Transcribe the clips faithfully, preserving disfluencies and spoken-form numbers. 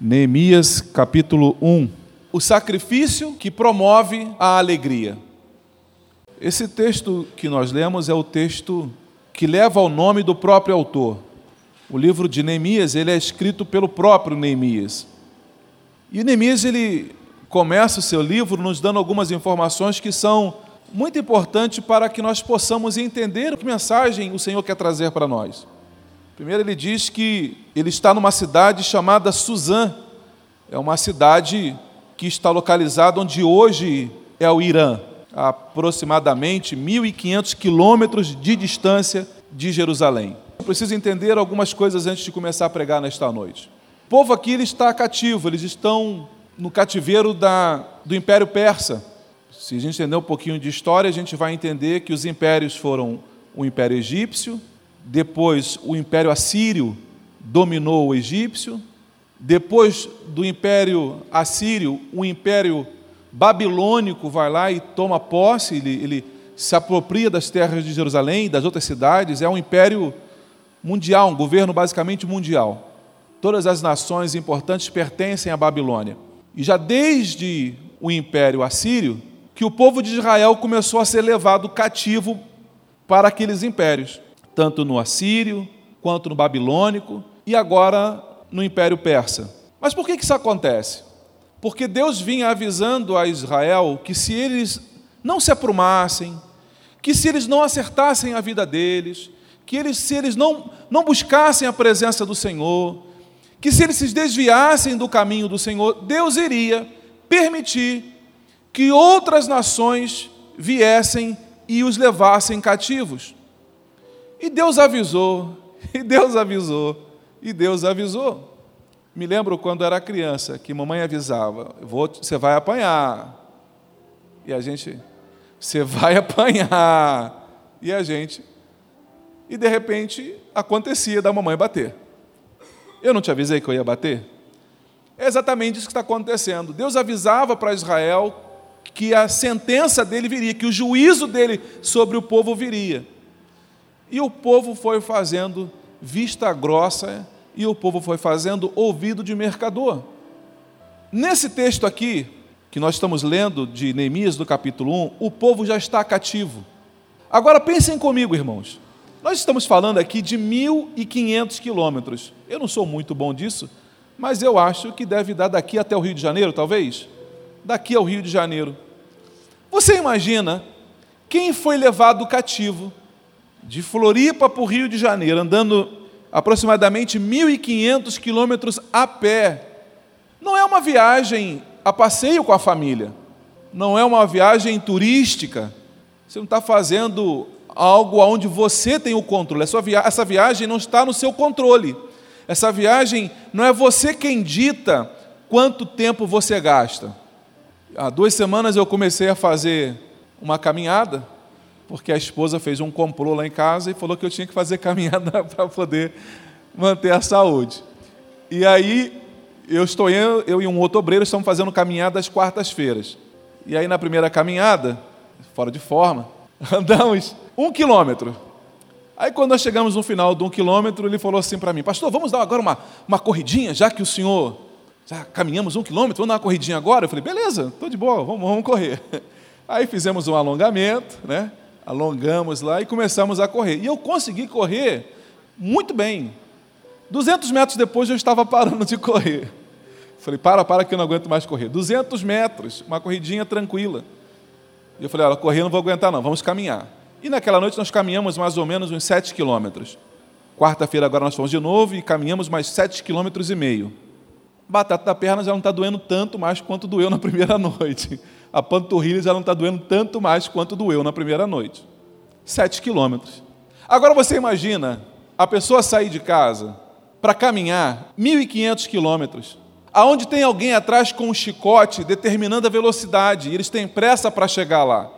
Neemias capítulo um. O sacrifício que promove a alegria. Esse texto que nós lemos é o texto que leva o nome do próprio autor. O livro de Neemias, ele é escrito pelo próprio Neemias. E Neemias, ele começa o seu livro nos dando algumas informações que são muito importantes para que nós possamos entender que mensagem o Senhor quer trazer para nós. Primeiro ele diz que ele está numa cidade chamada Suzã. É uma cidade que está localizada onde hoje é o Irã, a aproximadamente mil e quinhentos quilômetros de distância de Jerusalém. Eu preciso entender algumas coisas antes de começar a pregar nesta noite. O povo aqui ele está cativo, eles estão no cativeiro da, do Império Persa. Se a gente entender um pouquinho de história, a gente vai entender que os impérios foram o Império Egípcio, depois o Império Assírio dominou o Egípcio, depois do Império Assírio, o Império Babilônico vai lá e toma posse, ele, ele se apropria das terras de Jerusalém e das outras cidades, é um império mundial, um governo basicamente mundial. Todas as nações importantes pertencem à Babilônia. E já desde o Império Assírio, que o povo de Israel começou a ser levado cativo para aqueles impérios, tanto no Assírio, quanto no Babilônico, e agora no Império Persa. Mas por que isso acontece? Porque Deus vinha avisando a Israel que se eles não se aprumassem, que se eles não acertassem a vida deles, que eles, se eles não, não buscassem a presença do Senhor, que se eles se desviassem do caminho do Senhor, Deus iria permitir que outras nações viessem e os levassem cativos. E Deus avisou, e Deus avisou, e Deus avisou. Me lembro quando era criança, que mamãe avisava, Vou, você vai apanhar. E a gente, você vai apanhar. E a gente, e de repente, acontecia da mamãe bater. Eu não te avisei que eu ia bater? É exatamente isso que está acontecendo. Deus avisava para Israel que a sentença dele viria, que o juízo dele sobre o povo viria. E o povo foi fazendo vista grossa, e o povo foi fazendo ouvido de mercador. Nesse texto aqui, que nós estamos lendo, de Neemias, do capítulo um, o povo já está cativo. Agora pensem comigo, irmãos. Nós estamos falando aqui de mil e quinhentos quilômetros. Eu não sou muito bom disso, mas eu acho que deve dar daqui até o Rio de Janeiro, talvez? Daqui ao Rio de Janeiro. Você imagina quem foi levado cativo de Floripa para o Rio de Janeiro, andando aproximadamente mil e quinhentos quilômetros a pé. Não é uma viagem a passeio com a família, não é uma viagem turística, você não está fazendo algo onde você tem o controle, essa viagem não está no seu controle, essa viagem não é você quem dita quanto tempo você gasta. Há duas semanas eu comecei a fazer uma caminhada, porque a esposa fez um complô lá em casa e falou que eu tinha que fazer caminhada para poder manter a saúde. E aí, eu, estou, eu, eu e um outro obreiro estamos fazendo caminhada às quartas-feiras. E aí, na primeira caminhada, fora de forma, andamos um quilômetro. Aí, quando nós chegamos no final de um quilômetro, ele falou assim para mim, pastor, vamos dar agora uma, uma corridinha, já que o senhor, já caminhamos um quilômetro, vamos dar uma corridinha agora? Eu falei, beleza, estou de boa, vamos, vamos correr. Aí fizemos um alongamento, né? Alongamos lá e começamos a correr. E eu consegui correr muito bem. duzentos metros depois eu estava parando de correr. Falei, para, para que eu não aguento mais correr. duzentos metros, uma corridinha tranquila. E eu falei, olha, correr não vou aguentar não, vamos caminhar. E naquela noite nós caminhamos mais ou menos uns sete quilômetros. Quarta-feira agora nós fomos de novo e caminhamos mais sete quilômetros e meio. Batata da perna já não está doendo tanto mais quanto doeu na primeira noite. A panturrilha já não está doendo tanto mais quanto doeu na primeira noite. Sete quilômetros. Agora você imagina a pessoa sair de casa para caminhar mil e quinhentos quilômetros, aonde tem alguém atrás com um chicote determinando a velocidade, e eles têm pressa para chegar lá.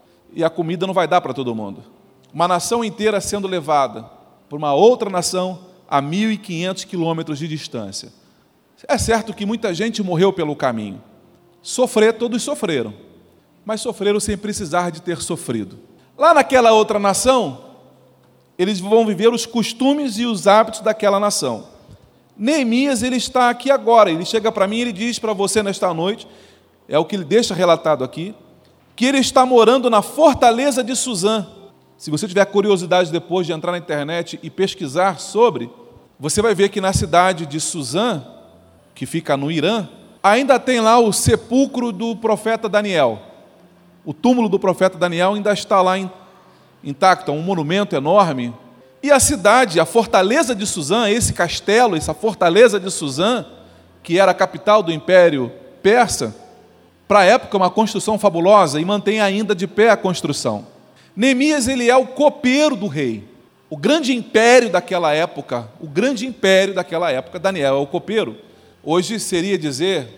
E a comida não vai dar para todo mundo. Uma nação inteira sendo levada por uma outra nação a mil e quinhentos quilômetros de distância. É certo que muita gente morreu pelo caminho. Sofrer, todos sofreram, mas sofreram sem precisar de ter sofrido. Lá naquela outra nação, eles vão viver os costumes e os hábitos daquela nação. Neemias, ele está aqui agora, ele chega para mim e ele diz para você nesta noite, é o que ele deixa relatado aqui, que ele está morando na fortaleza de Suzã. Se você tiver curiosidade depois de entrar na internet e pesquisar sobre, você vai ver que na cidade de Suzã, que fica no Irã, ainda tem lá o sepulcro do profeta Daniel. O túmulo do profeta Daniel ainda está lá intacto, é um monumento enorme. E a cidade, a fortaleza de Suzã, esse castelo, essa fortaleza de Suzã, que era a capital do Império Persa, para a época uma construção fabulosa e mantém ainda de pé a construção. Neemias, ele é o copeiro do rei. O grande império daquela época, o grande império daquela época, Daniel é o copeiro. Hoje seria dizer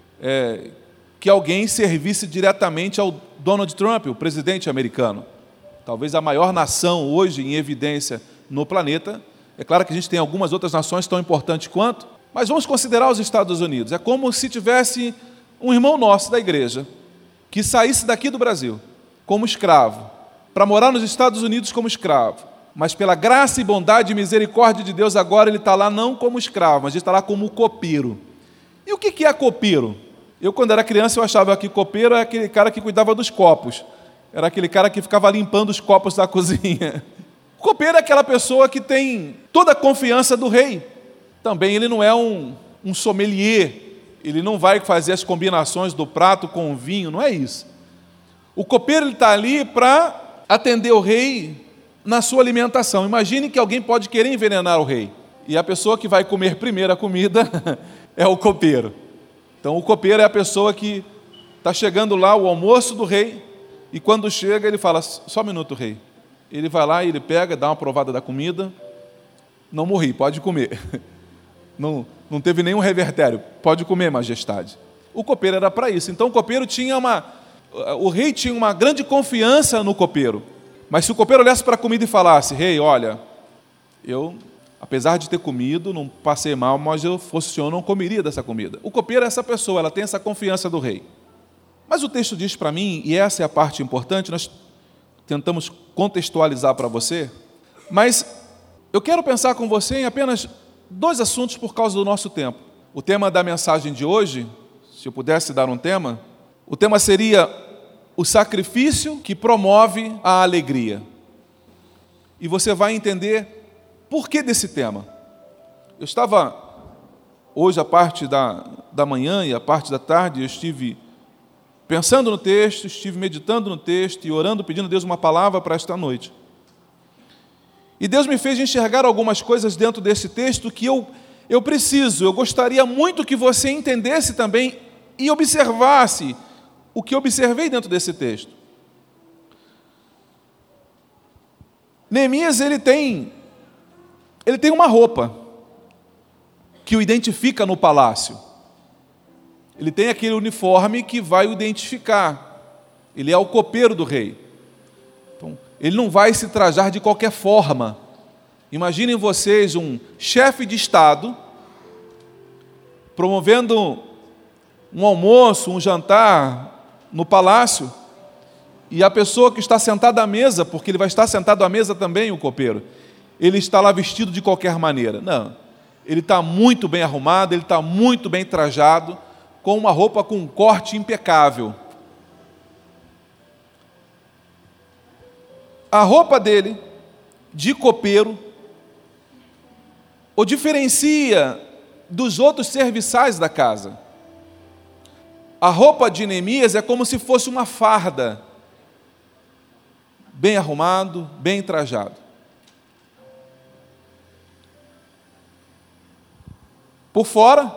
é, que alguém servisse diretamente ao Donald Trump, o presidente americano. Talvez a maior nação hoje em evidência no planeta. É claro que a gente tem algumas outras nações tão importantes quanto, mas vamos considerar os Estados Unidos. É como se tivesse um irmão nosso da igreja que saísse daqui do Brasil como escravo, para morar nos Estados Unidos como escravo, mas pela graça e bondade e misericórdia de Deus, agora ele está lá não como escravo, mas ele está lá como copeiro. E o que é copeiro? Eu, quando era criança, eu achava que copeiro é aquele cara que cuidava dos copos. Era aquele cara que ficava limpando os copos da cozinha. O copeiro é aquela pessoa que tem toda a confiança do rei. Também ele não é um, um sommelier, ele não vai fazer as combinações do prato com o vinho, não é isso. O copeiro está ali para atender o rei na sua alimentação. Imagine que alguém pode querer envenenar o rei, e a pessoa que vai comer primeiro a comida é o copeiro. Então o copeiro é a pessoa que está chegando lá, o almoço do rei, e quando chega, ele fala, só um minuto, rei. Ele vai lá e ele pega, dá uma provada da comida. Não morri, pode comer. Não, não teve nenhum revertério. Pode comer, majestade. O copeiro era para isso. Então o copeiro tinha uma... O rei tinha uma grande confiança no copeiro. Mas se o copeiro olhasse para a comida e falasse, rei, olha, eu, apesar de ter comido, não passei mal, mas eu fosse o senhor, não comeria dessa comida. O copeiro é essa pessoa, ela tem essa confiança do rei. Mas o texto diz para mim, e essa é a parte importante, nós tentamos contextualizar para você, mas eu quero pensar com você em apenas dois assuntos por causa do nosso tempo. O tema da mensagem de hoje, se eu pudesse dar um tema, o tema seria o sacrifício que promove a alegria. E você vai entender por que desse tema. Eu estava, hoje a parte da, da manhã e a parte da tarde, eu estive pensando no texto, estive meditando no texto e orando, pedindo a Deus uma palavra para esta noite. E Deus me fez enxergar algumas coisas dentro desse texto que eu, eu preciso, eu gostaria muito que você entendesse também e observasse o que eu observei dentro desse texto. Neemias, ele tem, ele tem uma roupa que o identifica no palácio. Ele tem aquele uniforme que vai o identificar. Ele é o copeiro do rei. Então, ele não vai se trajar de qualquer forma. Imaginem vocês um chefe de Estado promovendo um almoço, um jantar no palácio, e a pessoa que está sentada à mesa, porque ele vai estar sentado à mesa também, o copeiro, ele está lá vestido de qualquer maneira. Não, ele está muito bem arrumado, ele está muito bem trajado, com uma roupa com um corte impecável. A roupa dele, de copeiro, o diferencia dos outros serviçais da casa. A roupa de Neemias é como se fosse uma farda, bem arrumado, bem trajado. Por fora,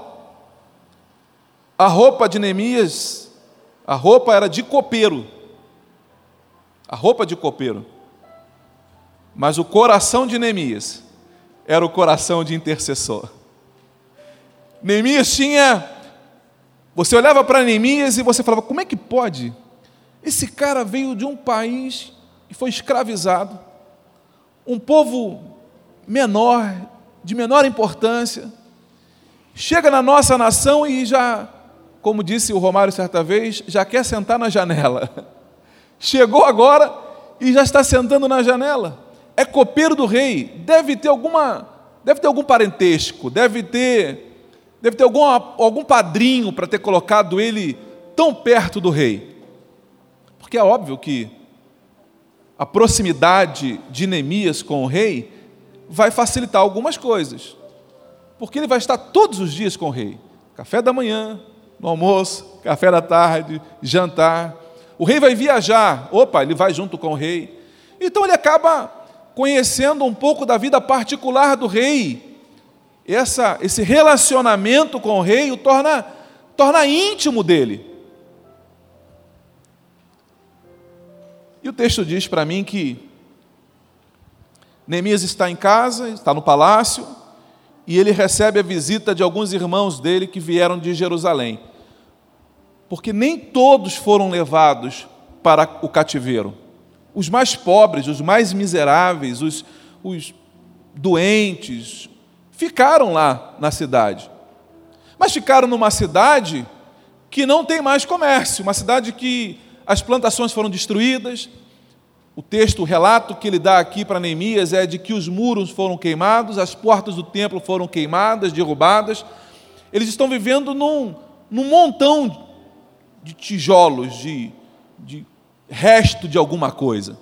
a roupa de Neemias, a roupa era de copeiro, a roupa de copeiro, mas o coração de Neemias era o coração de intercessor. Neemias tinha, você olhava para Neemias e você falava, como é que pode? Esse cara veio de um país e foi escravizado, um povo menor, de menor importância, chega na nossa nação e já, como disse o Romário certa vez, já quer sentar na janela. Chegou agora e já está sentando na janela. É copeiro do rei, deve ter alguma deve ter algum parentesco, deve ter, deve ter algum, algum padrinho para ter colocado ele tão perto do rei. Porque é óbvio que a proximidade de Neemias com o rei vai facilitar algumas coisas. Porque ele vai estar todos os dias com o rei. Café da manhã, no almoço, café da tarde, jantar. O rei vai viajar, opa, ele vai junto com o rei. Então ele acaba conhecendo um pouco da vida particular do rei. Essa, esse relacionamento com o rei o torna, torna íntimo dele. E o texto diz para mim que Neemias está em casa, está no palácio, e ele recebe a visita de alguns irmãos dele que vieram de Jerusalém. Porque nem todos foram levados para o cativeiro. Os mais pobres, os mais miseráveis, os, os doentes, ficaram lá na cidade. Mas ficaram numa cidade que não tem mais comércio, uma cidade que as plantações foram destruídas. O texto, o relato que ele dá aqui para Neemias é de que os muros foram queimados, as portas do templo foram queimadas, derrubadas. Eles estão vivendo num, num montão de tijolos, de, de resto de alguma coisa.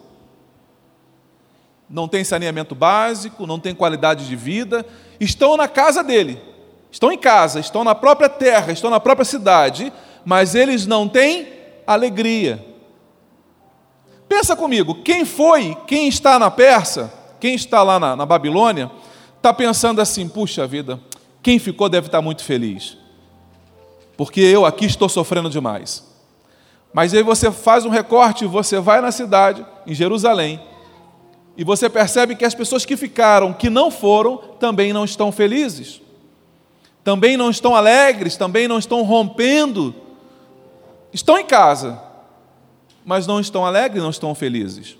Não tem saneamento básico, não tem qualidade de vida. Estão na casa dele, estão em casa, estão na própria terra, estão na própria cidade, mas eles não têm alegria. Pensa comigo, quem foi, quem está na Pérsia, quem está lá na, na Babilônia, está pensando assim, puxa vida, quem ficou deve estar muito feliz, porque eu aqui estou sofrendo demais. Mas aí você faz um recorte, você vai na cidade, em Jerusalém, e você percebe que as pessoas que ficaram, que não foram, também não estão felizes, também não estão alegres, também não estão rompendo, estão em casa, mas não estão alegres, não estão felizes.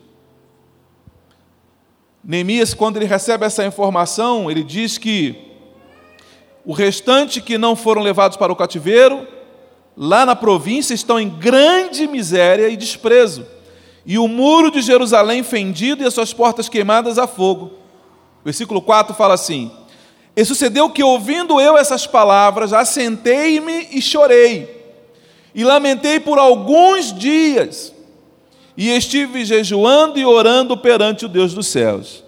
Neemias, quando ele recebe essa informação, ele diz que o restante que não foram levados para o cativeiro, lá na província, estão em grande miséria e desprezo, e o muro de Jerusalém fendido e as suas portas queimadas a fogo. Versículo quatro fala assim: e sucedeu que, ouvindo eu essas palavras, assentei-me e chorei, e lamentei por alguns dias, e estive jejuando e orando perante o Deus dos céus.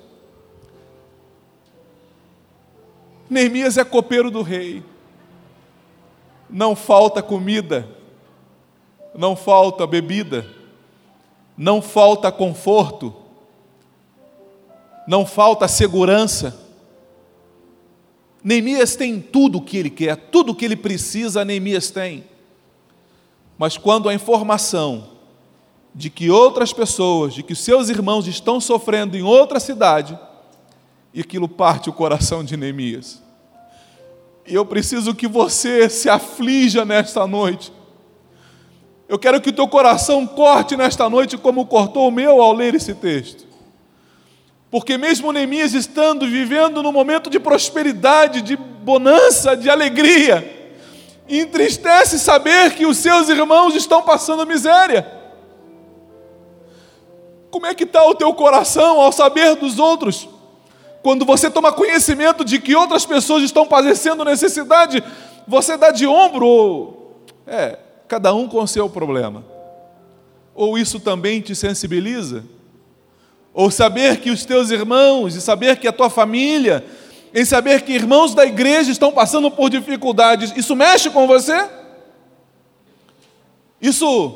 Neemias é copeiro do rei. Não falta comida, não falta bebida, não falta conforto, não falta segurança. Neemias tem tudo o que ele quer, tudo o que ele precisa, Neemias tem. Mas quando a informação de que outras pessoas, de que seus irmãos estão sofrendo em outra cidade, e aquilo parte o coração de Neemias. E eu preciso que você se aflija nesta noite. Eu quero que o teu coração corte nesta noite como cortou o meu ao ler esse texto. Porque mesmo Neemias estando vivendo num momento de prosperidade, de bonança, de alegria, entristece saber que os seus irmãos estão passando miséria. Como é que está o teu coração ao saber dos outros? Quando você toma conhecimento de que outras pessoas estão padecendo necessidade, você dá de ombro, ou, é, cada um com o seu problema. Ou isso também te sensibiliza? Ou saber que os teus irmãos, e saber que a tua família, em saber que irmãos da igreja estão passando por dificuldades, isso mexe com você? Isso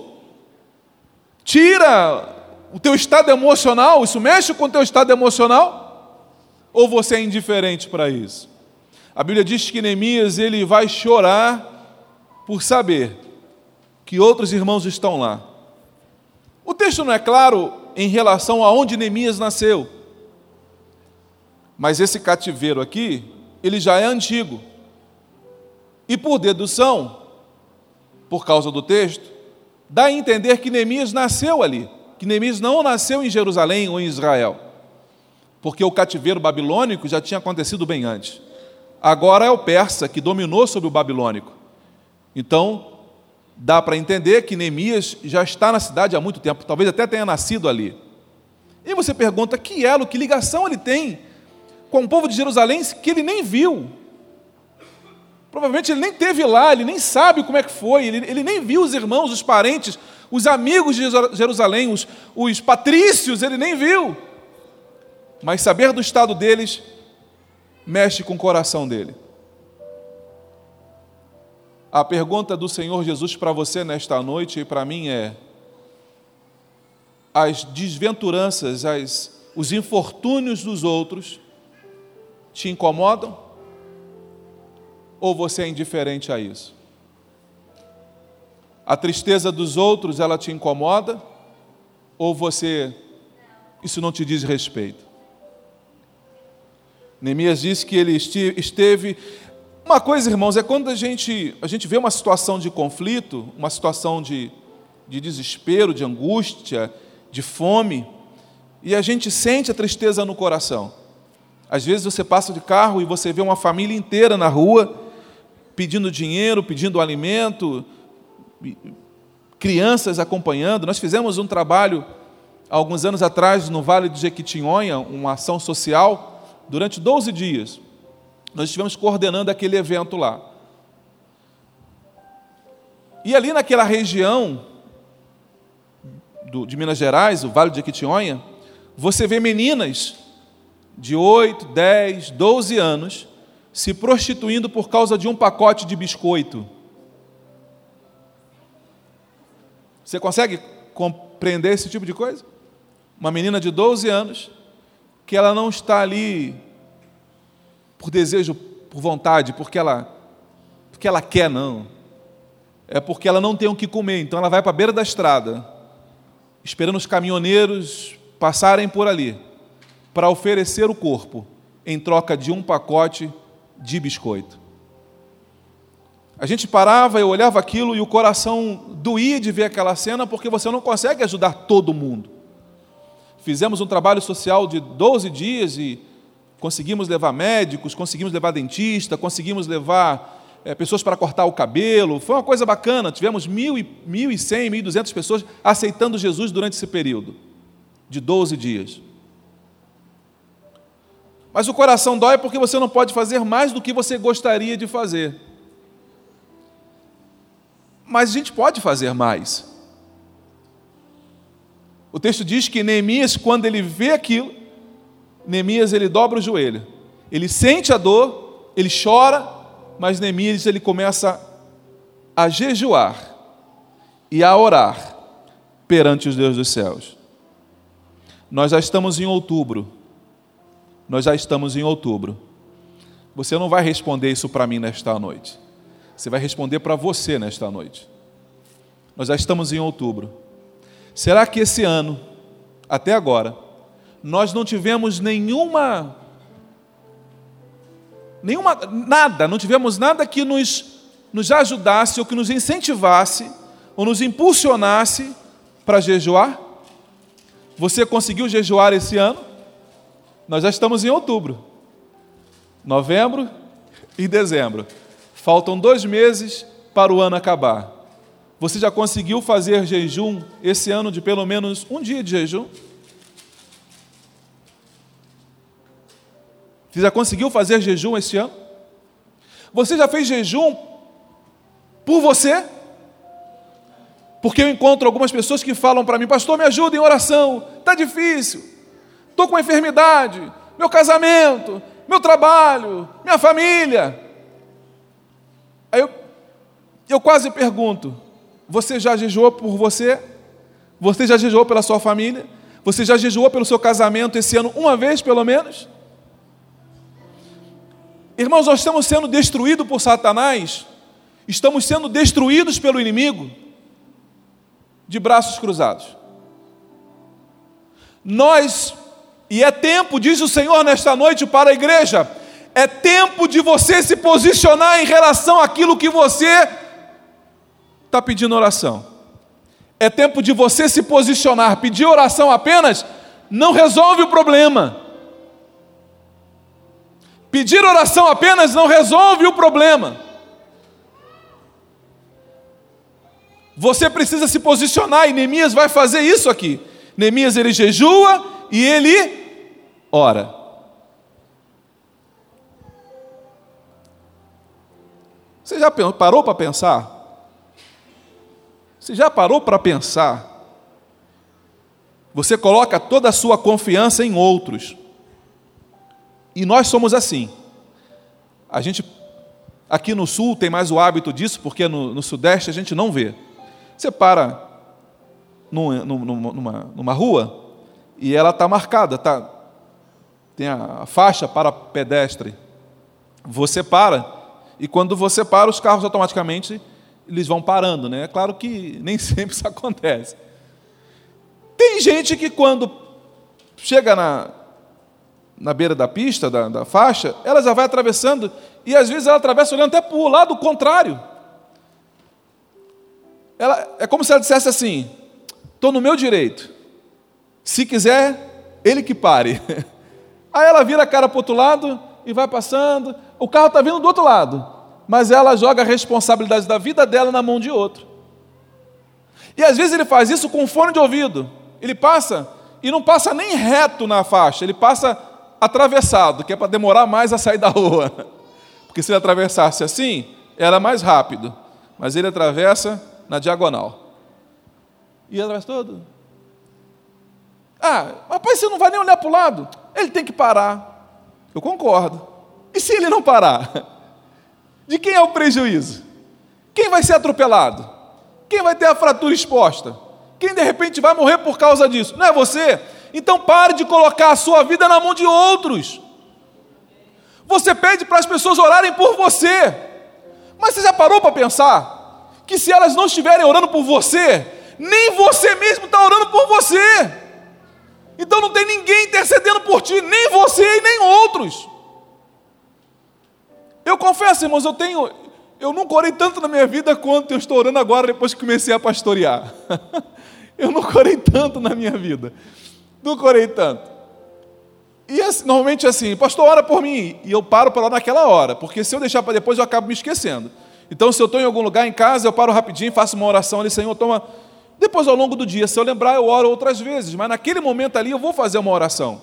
tira o teu estado emocional? Isso mexe com o teu estado emocional? Ou você é indiferente para isso? A Bíblia diz que Neemias ele vai chorar por saber que outros irmãos estão lá. O texto não é claro em relação a onde Neemias nasceu, mas esse cativeiro aqui, ele já é antigo. E por dedução, por causa do texto, dá a entender que Neemias nasceu ali, que Neemias não nasceu em Jerusalém ou em Israel, porque o cativeiro babilônico já tinha acontecido bem antes. Agora é o persa que dominou sobre o babilônico. Então, dá para entender que Neemias já está na cidade há muito tempo, talvez até tenha nascido ali. E você pergunta, que elo, que ligação ele tem com o povo de Jerusalém que ele nem viu. Provavelmente ele nem esteve lá, ele nem sabe como é que foi, ele, ele nem viu os irmãos, os parentes, os amigos de Jerusalém, os, os patrícios, ele nem viu. Mas saber do estado deles mexe com o coração dele. A pergunta do Senhor Jesus para você nesta noite e para mim é: as desventuranças, as, os infortúnios dos outros te incomodam? Ou você é indiferente a isso? A tristeza dos outros, ela te incomoda? Ou você, isso não te diz respeito? Neemias disse que ele esteve... Uma coisa, irmãos, é quando a gente, a gente vê uma situação de conflito, uma situação de, de desespero, de angústia, de fome, e a gente sente a tristeza no coração. Às vezes você passa de carro e você vê uma família inteira na rua, pedindo dinheiro, pedindo alimento, crianças acompanhando. Nós fizemos um trabalho, há alguns anos atrás, no Vale do Jequitinhonha, uma ação social, durante doze dias. Nós estivemos coordenando aquele evento lá. E ali naquela região do, de Minas Gerais, o Vale do Jequitinhonha, você vê meninas de oito, dez, doze anos se prostituindo por causa de um pacote de biscoito. Você consegue compreender esse tipo de coisa? Uma menina de doze anos, que ela não está ali por desejo, por vontade, porque ela, porque ela quer, não. É porque ela não tem o que comer, então ela vai para a beira da estrada, esperando os caminhoneiros passarem por ali, para oferecer o corpo, em troca de um pacote de biscoito. A gente parava, eu olhava aquilo e o coração doía de ver aquela cena, porque você não consegue ajudar todo mundo. Fizemos um trabalho social de doze dias e conseguimos levar médicos, conseguimos levar dentista, conseguimos levar é, pessoas para cortar o cabelo. Foi uma coisa bacana. Tivemos mil e cem, mil e duzentas pessoas aceitando Jesus durante esse período de doze dias. Mas o coração dói porque você não pode fazer mais do que você gostaria de fazer. Mas a gente pode fazer mais. O texto diz que Neemias, quando ele vê aquilo, Neemias ele dobra o joelho. Ele sente a dor, ele chora, mas Neemias ele começa a jejuar e a orar perante os Deus dos céus. Nós já estamos em outubro. Nós já estamos em outubro. Você não vai responder isso para mim nesta noite. Você vai responder para você nesta noite. Nós já estamos em outubro. Será que esse ano, até agora, nós não tivemos nenhuma, nenhuma, nada, não tivemos nada que nos, nos ajudasse, ou que nos incentivasse, ou nos impulsionasse para jejuar? Você conseguiu jejuar esse ano? Nós já estamos em outubro, novembro e dezembro. Faltam dois meses para o ano acabar. Você já conseguiu fazer jejum esse ano de pelo menos um dia de jejum? Você já conseguiu fazer jejum esse ano? Você já fez jejum por você? Porque eu encontro algumas pessoas que falam para mim: pastor, me ajuda em oração, está difícil. Estou com uma enfermidade, meu casamento, meu trabalho, minha família. Aí eu, eu quase pergunto: você já jejuou por você? Você já jejuou pela sua família? Você já jejuou pelo seu casamento esse ano uma vez pelo menos? Irmãos, nós estamos sendo destruídos por Satanás, estamos sendo destruídos pelo inimigo, de braços cruzados. Nós... E é tempo, diz o Senhor nesta noite para a igreja, é tempo de você se posicionar em relação àquilo que você está pedindo oração. É tempo de você se posicionar. Pedir oração apenas não resolve o problema. Pedir oração apenas não resolve o problema. Você precisa se posicionar, e Neemias vai fazer isso aqui. Neemias ele jejua e ele ora. Você já parou para pensar? Você já parou para pensar? Você coloca toda a sua confiança em outros. E nós somos assim. A gente, aqui no sul, tem mais o hábito disso, porque no, no sudeste a gente não vê. Você para num, num, numa, numa rua e ela está marcada, tá, tem a faixa para pedestre. Você para, e quando você para, os carros automaticamente eles vão parando, né? É claro que nem sempre isso acontece. Tem gente que quando chega na, na beira da pista, da, da faixa, ela já vai atravessando, e às vezes ela atravessa olhando até para o lado contrário. Ela, é como se ela dissesse assim: estou no meu direito, se quiser, ele que pare. Aí ela vira a cara para o outro lado e vai passando, o carro está vindo do outro lado, mas ela joga a responsabilidade da vida dela na mão de outro. E às vezes ele faz isso com fone de ouvido. Ele passa e não passa nem reto na faixa, ele passa atravessado, que é para demorar mais a sair da rua. Porque se ele atravessasse assim, era mais rápido. Mas ele atravessa na diagonal. E ele atravessa todo. Ah, rapaz, você não vai nem olhar para o lado? Ele tem que parar. Eu concordo. E se ele não parar? De quem é o prejuízo? Quem vai ser atropelado? Quem vai ter a fratura exposta? Quem de repente vai morrer por causa disso? Não é você? Então pare de colocar a sua vida na mão de outros. Você pede para as pessoas orarem por você, mas você já parou para pensar que se elas não estiverem orando por você, nem você mesmo está orando por você? Então não tem ninguém intercedendo por ti, nem você e nem outros. Eu confesso, irmãos, eu tenho, eu nunca orei tanto na minha vida quanto eu estou orando agora, depois que comecei a pastorear. Eu nunca orei tanto na minha vida, nunca orei tanto. E assim, normalmente assim, pastor, ora por mim, e eu paro para lá naquela hora, porque se eu deixar para depois eu acabo me esquecendo. Então se eu estou em algum lugar em casa, eu paro rapidinho, faço uma oração ali, Senhor, toma. Depois ao longo do dia, se eu lembrar, eu oro outras vezes, mas naquele momento ali eu vou fazer uma oração.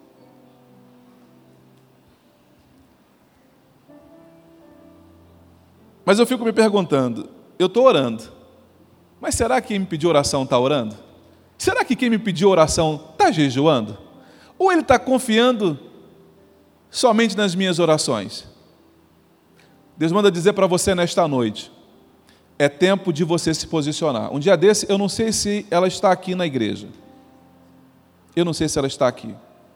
Mas eu fico me perguntando, eu estou orando, mas será que quem me pediu oração está orando? Será que quem me pediu oração está jejuando? Ou ele está confiando somente nas minhas orações? Deus manda dizer para você nesta noite, é tempo de você se posicionar. Um dia desse, eu não sei se ela está aqui na igreja. Eu não sei se ela está aqui.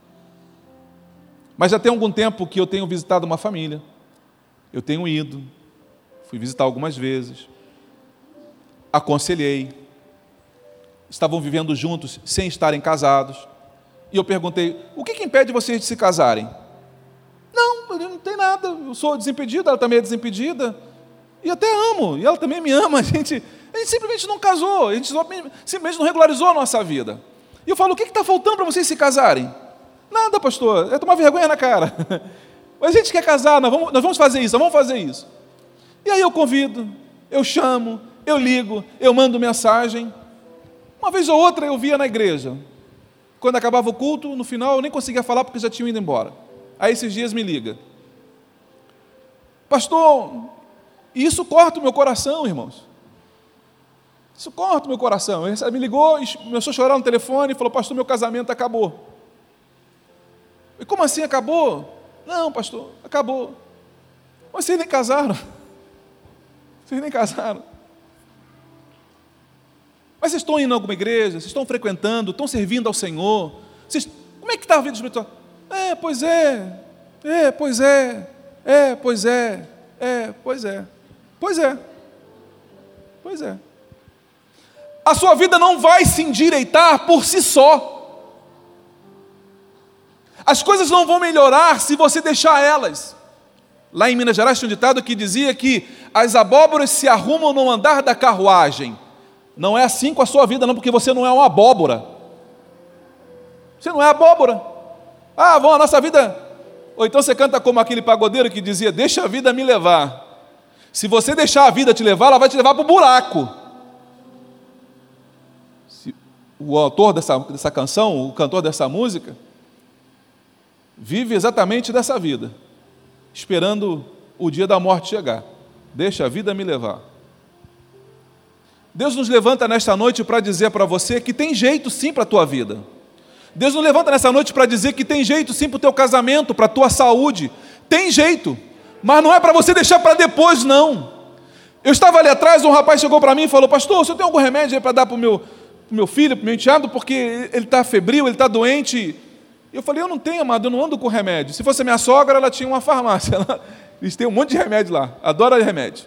Mas já tem algum tempo que eu tenho visitado uma família. Eu tenho ido. Fui visitar algumas vezes. Aconselhei. Estavam vivendo juntos sem estarem casados. E eu perguntei, o que, que impede vocês de se casarem? Não, não tem nada. Eu sou desimpedido, ela também é desimpedida. E até amo, e ela também me ama. A gente, a gente simplesmente não casou, a gente simplesmente não regularizou a nossa vida. E eu falo, o que está faltando para vocês se casarem? Nada, pastor, é tomar vergonha na cara. Mas a gente quer casar, nós vamos, nós vamos fazer isso, nós vamos fazer isso. E aí eu convido, eu chamo, eu ligo, eu mando mensagem. Uma vez ou outra eu via na igreja. Quando acabava o culto, no final eu nem conseguia falar porque já tinham ido embora. Aí esses dias me liga. Pastor, e isso corta o meu coração, irmãos. Isso corta o meu coração. Ele me ligou, começou a chorar no telefone e falou, pastor, meu casamento acabou. E como assim acabou? Não, pastor, acabou. Mas vocês nem casaram. Vocês nem casaram. Mas vocês estão indo a alguma igreja, vocês estão frequentando, estão servindo ao Senhor. Vocês, como é que está a vida espiritual? É, pois é, é, pois é, é, pois é, é, pois é, pois é, pois é. A sua vida não vai se endireitar por si só. As coisas não vão melhorar se você deixar elas. Lá em Minas Gerais tinha um ditado que dizia que as abóboras se arrumam no andar da carruagem. Não é assim com a sua vida não, porque você não é uma abóbora. Você não é abóbora. Ah, vamos, a nossa vida... Ou então você canta como aquele pagodeiro que dizia, deixa a vida me levar. Se você deixar a vida te levar, ela vai te levar para o buraco. Se o autor dessa, dessa canção, o cantor dessa música, vive exatamente dessa vida, esperando o dia da morte chegar. Deixa a vida me levar. Deus nos levanta nesta noite para dizer para você que tem jeito sim para a tua vida. Deus nos levanta nessa noite para dizer que tem jeito sim para o teu casamento, para a tua saúde. Tem jeito, mas não é para você deixar para depois, não. Eu estava ali atrás, um rapaz chegou para mim e falou: pastor, você tem algum remédio aí para dar para o meu, pro meu filho, para o meu enteado, porque ele está febril, ele está doente? Eu falei: eu não tenho, amado, eu não ando com remédio. Se fosse a minha sogra, ela tinha uma farmácia. Ela, eles têm um monte de remédio lá, adora remédio.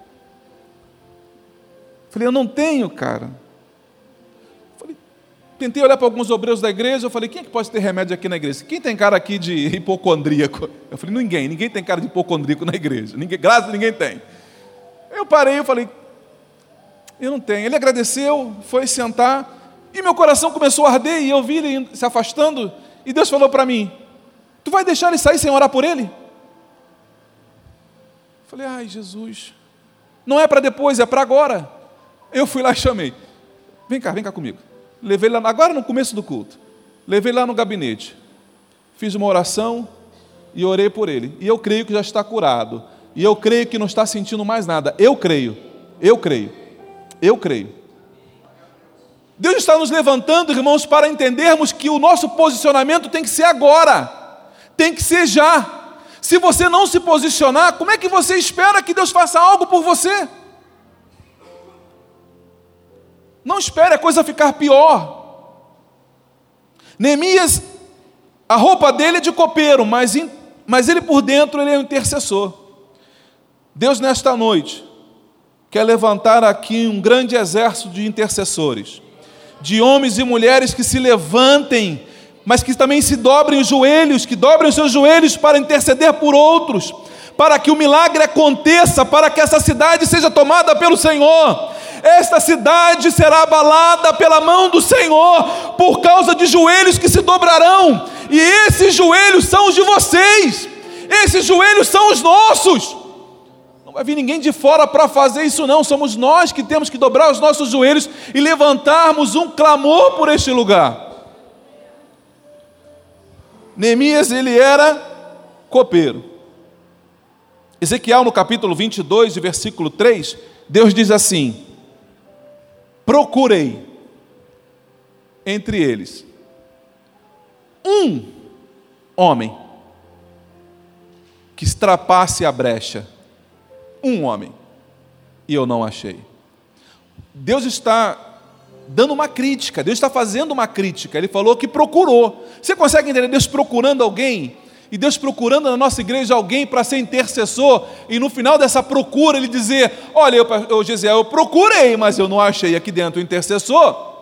Eu falei: eu não tenho, cara. Eu falei, tentei olhar para alguns obreiros da igreja, eu falei: quem é que pode ter remédio aqui na igreja? Quem tem cara aqui de hipocondríaco? Eu falei: ninguém, ninguém tem cara de hipocondríaco na igreja. Ninguém, graças a Deus, ninguém tem. Eu parei, eu falei: eu não tenho. Ele agradeceu, foi sentar, e meu coração começou a arder, e eu vi ele se afastando, e Deus falou para mim: tu vai deixar ele sair sem orar por ele? Eu falei: ai, Jesus, não é para depois, é para agora. Eu fui lá e chamei: vem cá, vem cá comigo. Levei lá, agora no começo do culto, levei lá no gabinete, fiz uma oração e orei por ele, e eu creio que já está curado, e eu creio que não está sentindo mais nada. Eu creio, eu creio, eu creio. Deus está nos levantando, irmãos, para entendermos que o nosso posicionamento tem que ser agora, tem que ser já. Se você não se posicionar, como é que você espera que Deus faça algo por você? Não espere a coisa ficar pior. Neemias, a roupa dele é de copeiro, mas, mas ele por dentro ele é um intercessor. Deus nesta noite quer levantar aqui um grande exército de intercessores, de homens e mulheres que se levantem, mas que também se dobrem os joelhos, que dobrem os seus joelhos para interceder por outros, para que o milagre aconteça, para que essa cidade seja tomada pelo Senhor. Esta cidade será abalada pela mão do Senhor, por causa de joelhos que se dobrarão, e esses joelhos são os de vocês, esses joelhos são os nossos. Não vai vir ninguém de fora para fazer isso não, somos nós que temos que dobrar os nossos joelhos e levantarmos um clamor por este lugar. Neemias, ele era copeiro. Ezequiel, no capítulo vinte e dois, versículo três, Deus diz assim: procurei entre eles um homem que extrapasse a brecha, um homem, e eu não achei. Deus está dando uma crítica, Deus está fazendo uma crítica. Ele falou que procurou. Você consegue entender Deus procurando alguém? E Deus procurando na nossa igreja alguém para ser intercessor, e no final dessa procura ele dizer: olha, eu, eu, Gesiel, eu procurei, mas eu não achei aqui dentro o intercessor.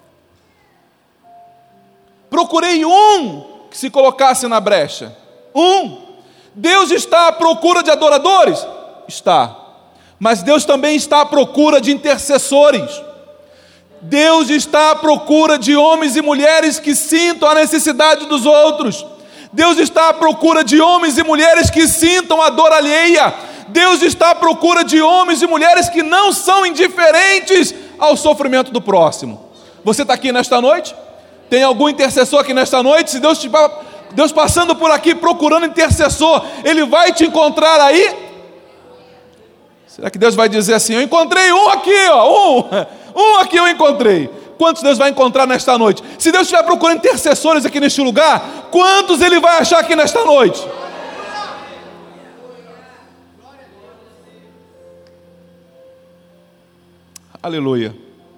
Procurei um que se colocasse na brecha. Um. Deus está à procura de adoradores? Está. Mas Deus também está à procura de intercessores. Deus está à procura de homens e mulheres que sintam a necessidade dos outros. Deus está à procura de homens e mulheres que sintam a dor alheia. Deus está à procura de homens e mulheres que não são indiferentes ao sofrimento do próximo. Você está aqui nesta noite? Tem algum intercessor aqui nesta noite? Se Deus estiver, Deus passando por aqui procurando intercessor, Ele vai te encontrar aí? Será que Deus vai dizer assim: eu encontrei um aqui, ó, um, um aqui eu encontrei? Quantos Deus vai encontrar nesta noite? Se Deus estiver procurando intercessores aqui neste lugar, quantos Ele vai achar aqui nesta noite? Aleluia.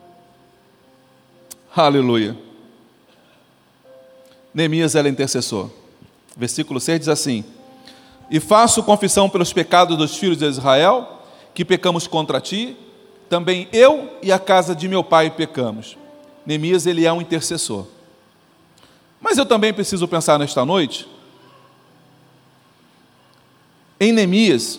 Aleluia. Neemias era intercessor. Versículo seis diz assim: e faço confissão pelos pecados dos filhos de Israel, que pecamos contra ti, também eu e a casa de meu pai pecamos. Neemias, ele é um intercessor. Mas eu também preciso pensar nesta noite em Neemias,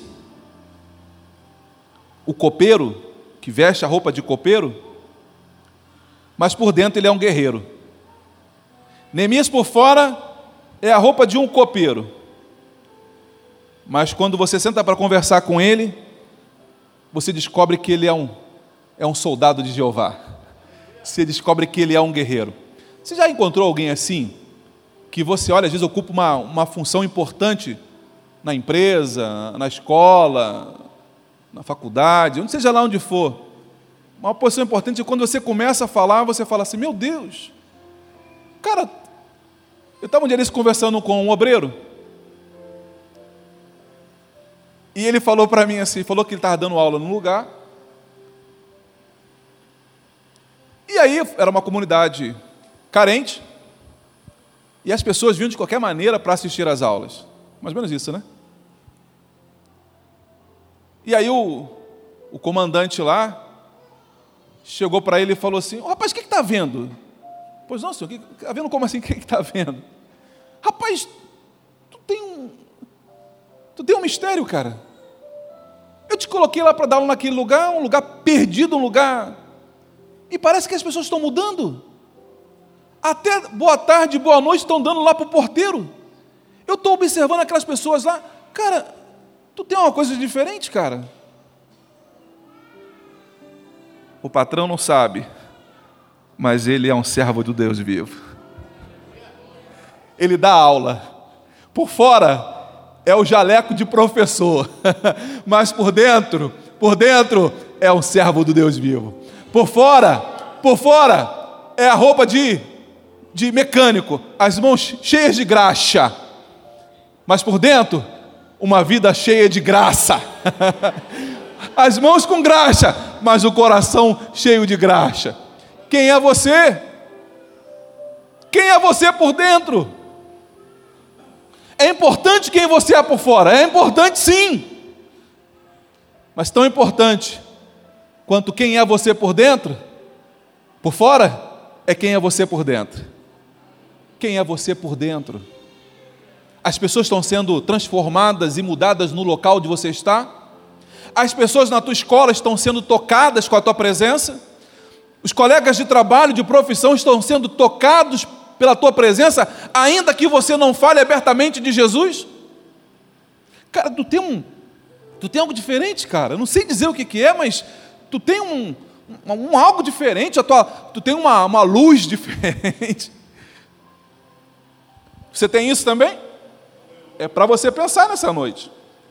o copeiro, que veste a roupa de copeiro, mas por dentro ele é um guerreiro. Neemias por fora é a roupa de um copeiro, mas quando você senta para conversar com ele, você descobre que ele é um, é um soldado de Jeová. Você descobre que ele é um guerreiro. Você já encontrou alguém assim, que você, olha, às vezes ocupa uma, uma função importante na empresa, na escola, na faculdade, onde seja lá onde for. Uma posição importante é quando você começa a falar, você fala assim, meu Deus, cara, eu estava um dia desse conversando com um obreiro, e ele falou para mim assim, falou que ele estava dando aula num lugar, e aí era uma comunidade carente, e as pessoas vinham de qualquer maneira para assistir às aulas. Mais ou menos isso, né? E aí o, o comandante lá chegou para ele e falou assim, oh, rapaz, o que está vendo? Pois não, senhor, está vendo como assim? O que está vendo? Rapaz, tu tem um, tu tem um mistério, cara. Eu te coloquei lá para dar aula naquele lugar, um lugar perdido, um lugar... E parece que as pessoas estão mudando. Até boa tarde, boa noite estão dando lá para o porteiro. Eu estou observando aquelas pessoas lá. Cara, tu tem uma coisa diferente, cara. O patrão não sabe, mas ele é um servo do Deus vivo. Ele dá aula. Por fora é o jaleco de professor, mas por dentro, por dentro é um servo do Deus vivo. Por fora, por fora é a roupa de, de mecânico, as mãos cheias de graxa, mas por dentro uma vida cheia de graça. As mãos com graxa, mas o coração cheio de graxa. Quem é você? Quem é você por dentro? É importante quem você é por fora, é importante sim, mas tão importante quanto quem é você por dentro, por fora, é quem é você por dentro. Quem é você por dentro? As pessoas estão sendo transformadas e mudadas no local onde você está? As pessoas na tua escola estão sendo tocadas com a tua presença? Os colegas de trabalho, de profissão estão sendo tocados pela tua presença, ainda que você não fale abertamente de Jesus? Cara, tu tem um, tu tem algo diferente, cara. Eu não sei dizer o que, que é, mas tu tem um, um, um algo diferente, a tua, tu tem uma, uma luz diferente. Você tem isso também? É para você pensar nessa noite.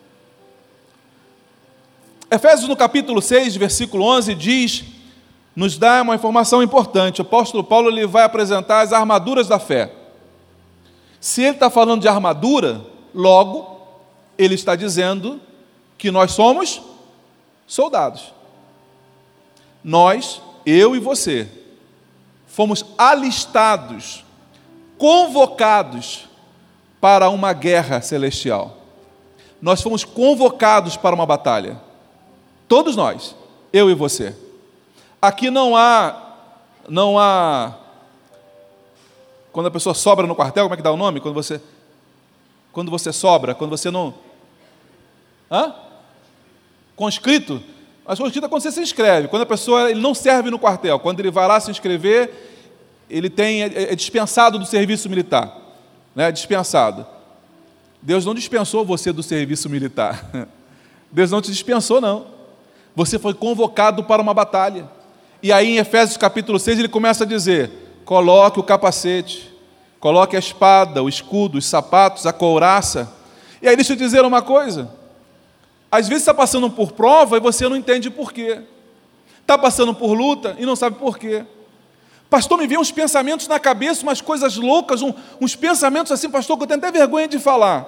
Efésios no capítulo seis, versículo onze, diz, nos dá uma informação importante. O apóstolo Paulo ele vai apresentar as armaduras da fé. Se ele está falando de armadura, logo, ele está dizendo que nós somos soldados. Nós, eu e você, fomos alistados, convocados para uma guerra celestial. Nós fomos convocados para uma batalha. Todos nós, eu e você. Aqui não há, não há, quando a pessoa sobra no quartel, como é que dá o nome? Quando você, quando você sobra, quando você não, hã? Conscrito? Mas conscrito é quando você se inscreve, quando a pessoa ele não serve no quartel, quando ele vai lá se inscrever, ele tem, é, é dispensado do serviço militar, né? Dispensado. Deus não dispensou você do serviço militar, Deus não te dispensou não, você foi convocado para uma batalha. E aí em Efésios capítulo seis ele começa a dizer, coloque o capacete, coloque a espada, o escudo, os sapatos, a couraça. E aí deixa eu dizer uma coisa, às vezes está passando por prova e você não entende por quê. Está passando por luta e não sabe por quê. Pastor, me vem uns pensamentos na cabeça, umas coisas loucas, um, uns pensamentos assim, pastor, que eu tenho até vergonha de falar.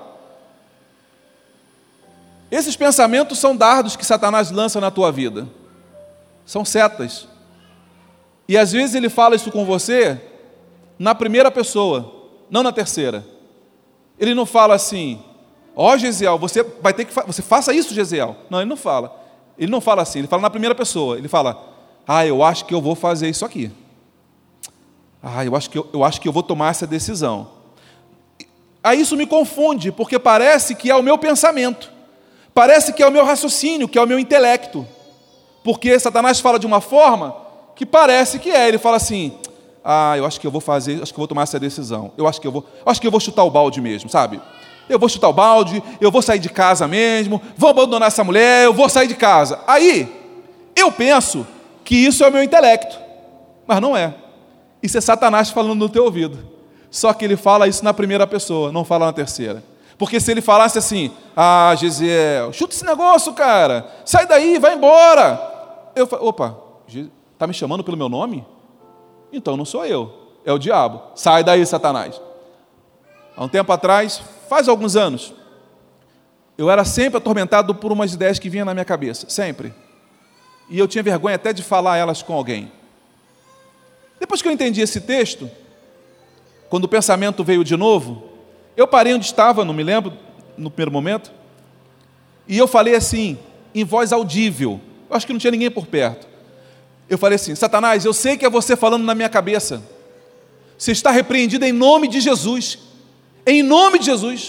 Esses pensamentos são dardos que Satanás lança na tua vida. São setas. E às vezes ele fala isso com você na primeira pessoa, não na terceira. Ele não fala assim, ó oh, Gesiel, você vai ter que fa- você faça isso, Gesiel. Não, ele não fala. Ele não fala assim, ele fala na primeira pessoa. Ele fala, ah, eu acho que eu vou fazer isso aqui. Ah, eu acho que eu, eu acho que eu vou tomar essa decisão. Aí isso me confunde, porque parece que é o meu pensamento. Parece que é o meu raciocínio, que é o meu intelecto. Porque Satanás fala de uma forma que parece que é. Ele fala assim, ah, eu acho que eu vou fazer, acho que eu vou tomar essa decisão. Eu acho que eu vou, acho que eu vou chutar o balde mesmo, sabe? Eu vou chutar o balde, eu vou sair de casa mesmo, vou abandonar essa mulher, eu vou sair de casa. Aí, eu penso que isso é o meu intelecto. Mas não é. Isso é Satanás falando no teu ouvido. Só que ele fala isso na primeira pessoa, não fala na terceira. Porque se ele falasse assim, ah, Gesiel, chuta esse negócio, cara, sai daí, vai embora. Eu falo, opa, está me chamando pelo meu nome? Então não sou eu, é o diabo. Sai daí, Satanás. Há um tempo atrás, faz alguns anos, eu era sempre atormentado por umas ideias que vinham na minha cabeça, sempre. E eu tinha vergonha até de falar elas com alguém. Depois que eu entendi esse texto, quando o pensamento veio de novo, eu parei onde estava, não me lembro, no primeiro momento, e eu falei assim, em voz audível, eu acho que não tinha ninguém por perto. Eu falei assim, Satanás, eu sei que é você falando na minha cabeça. Você está repreendido em nome de Jesus. Em nome de Jesus.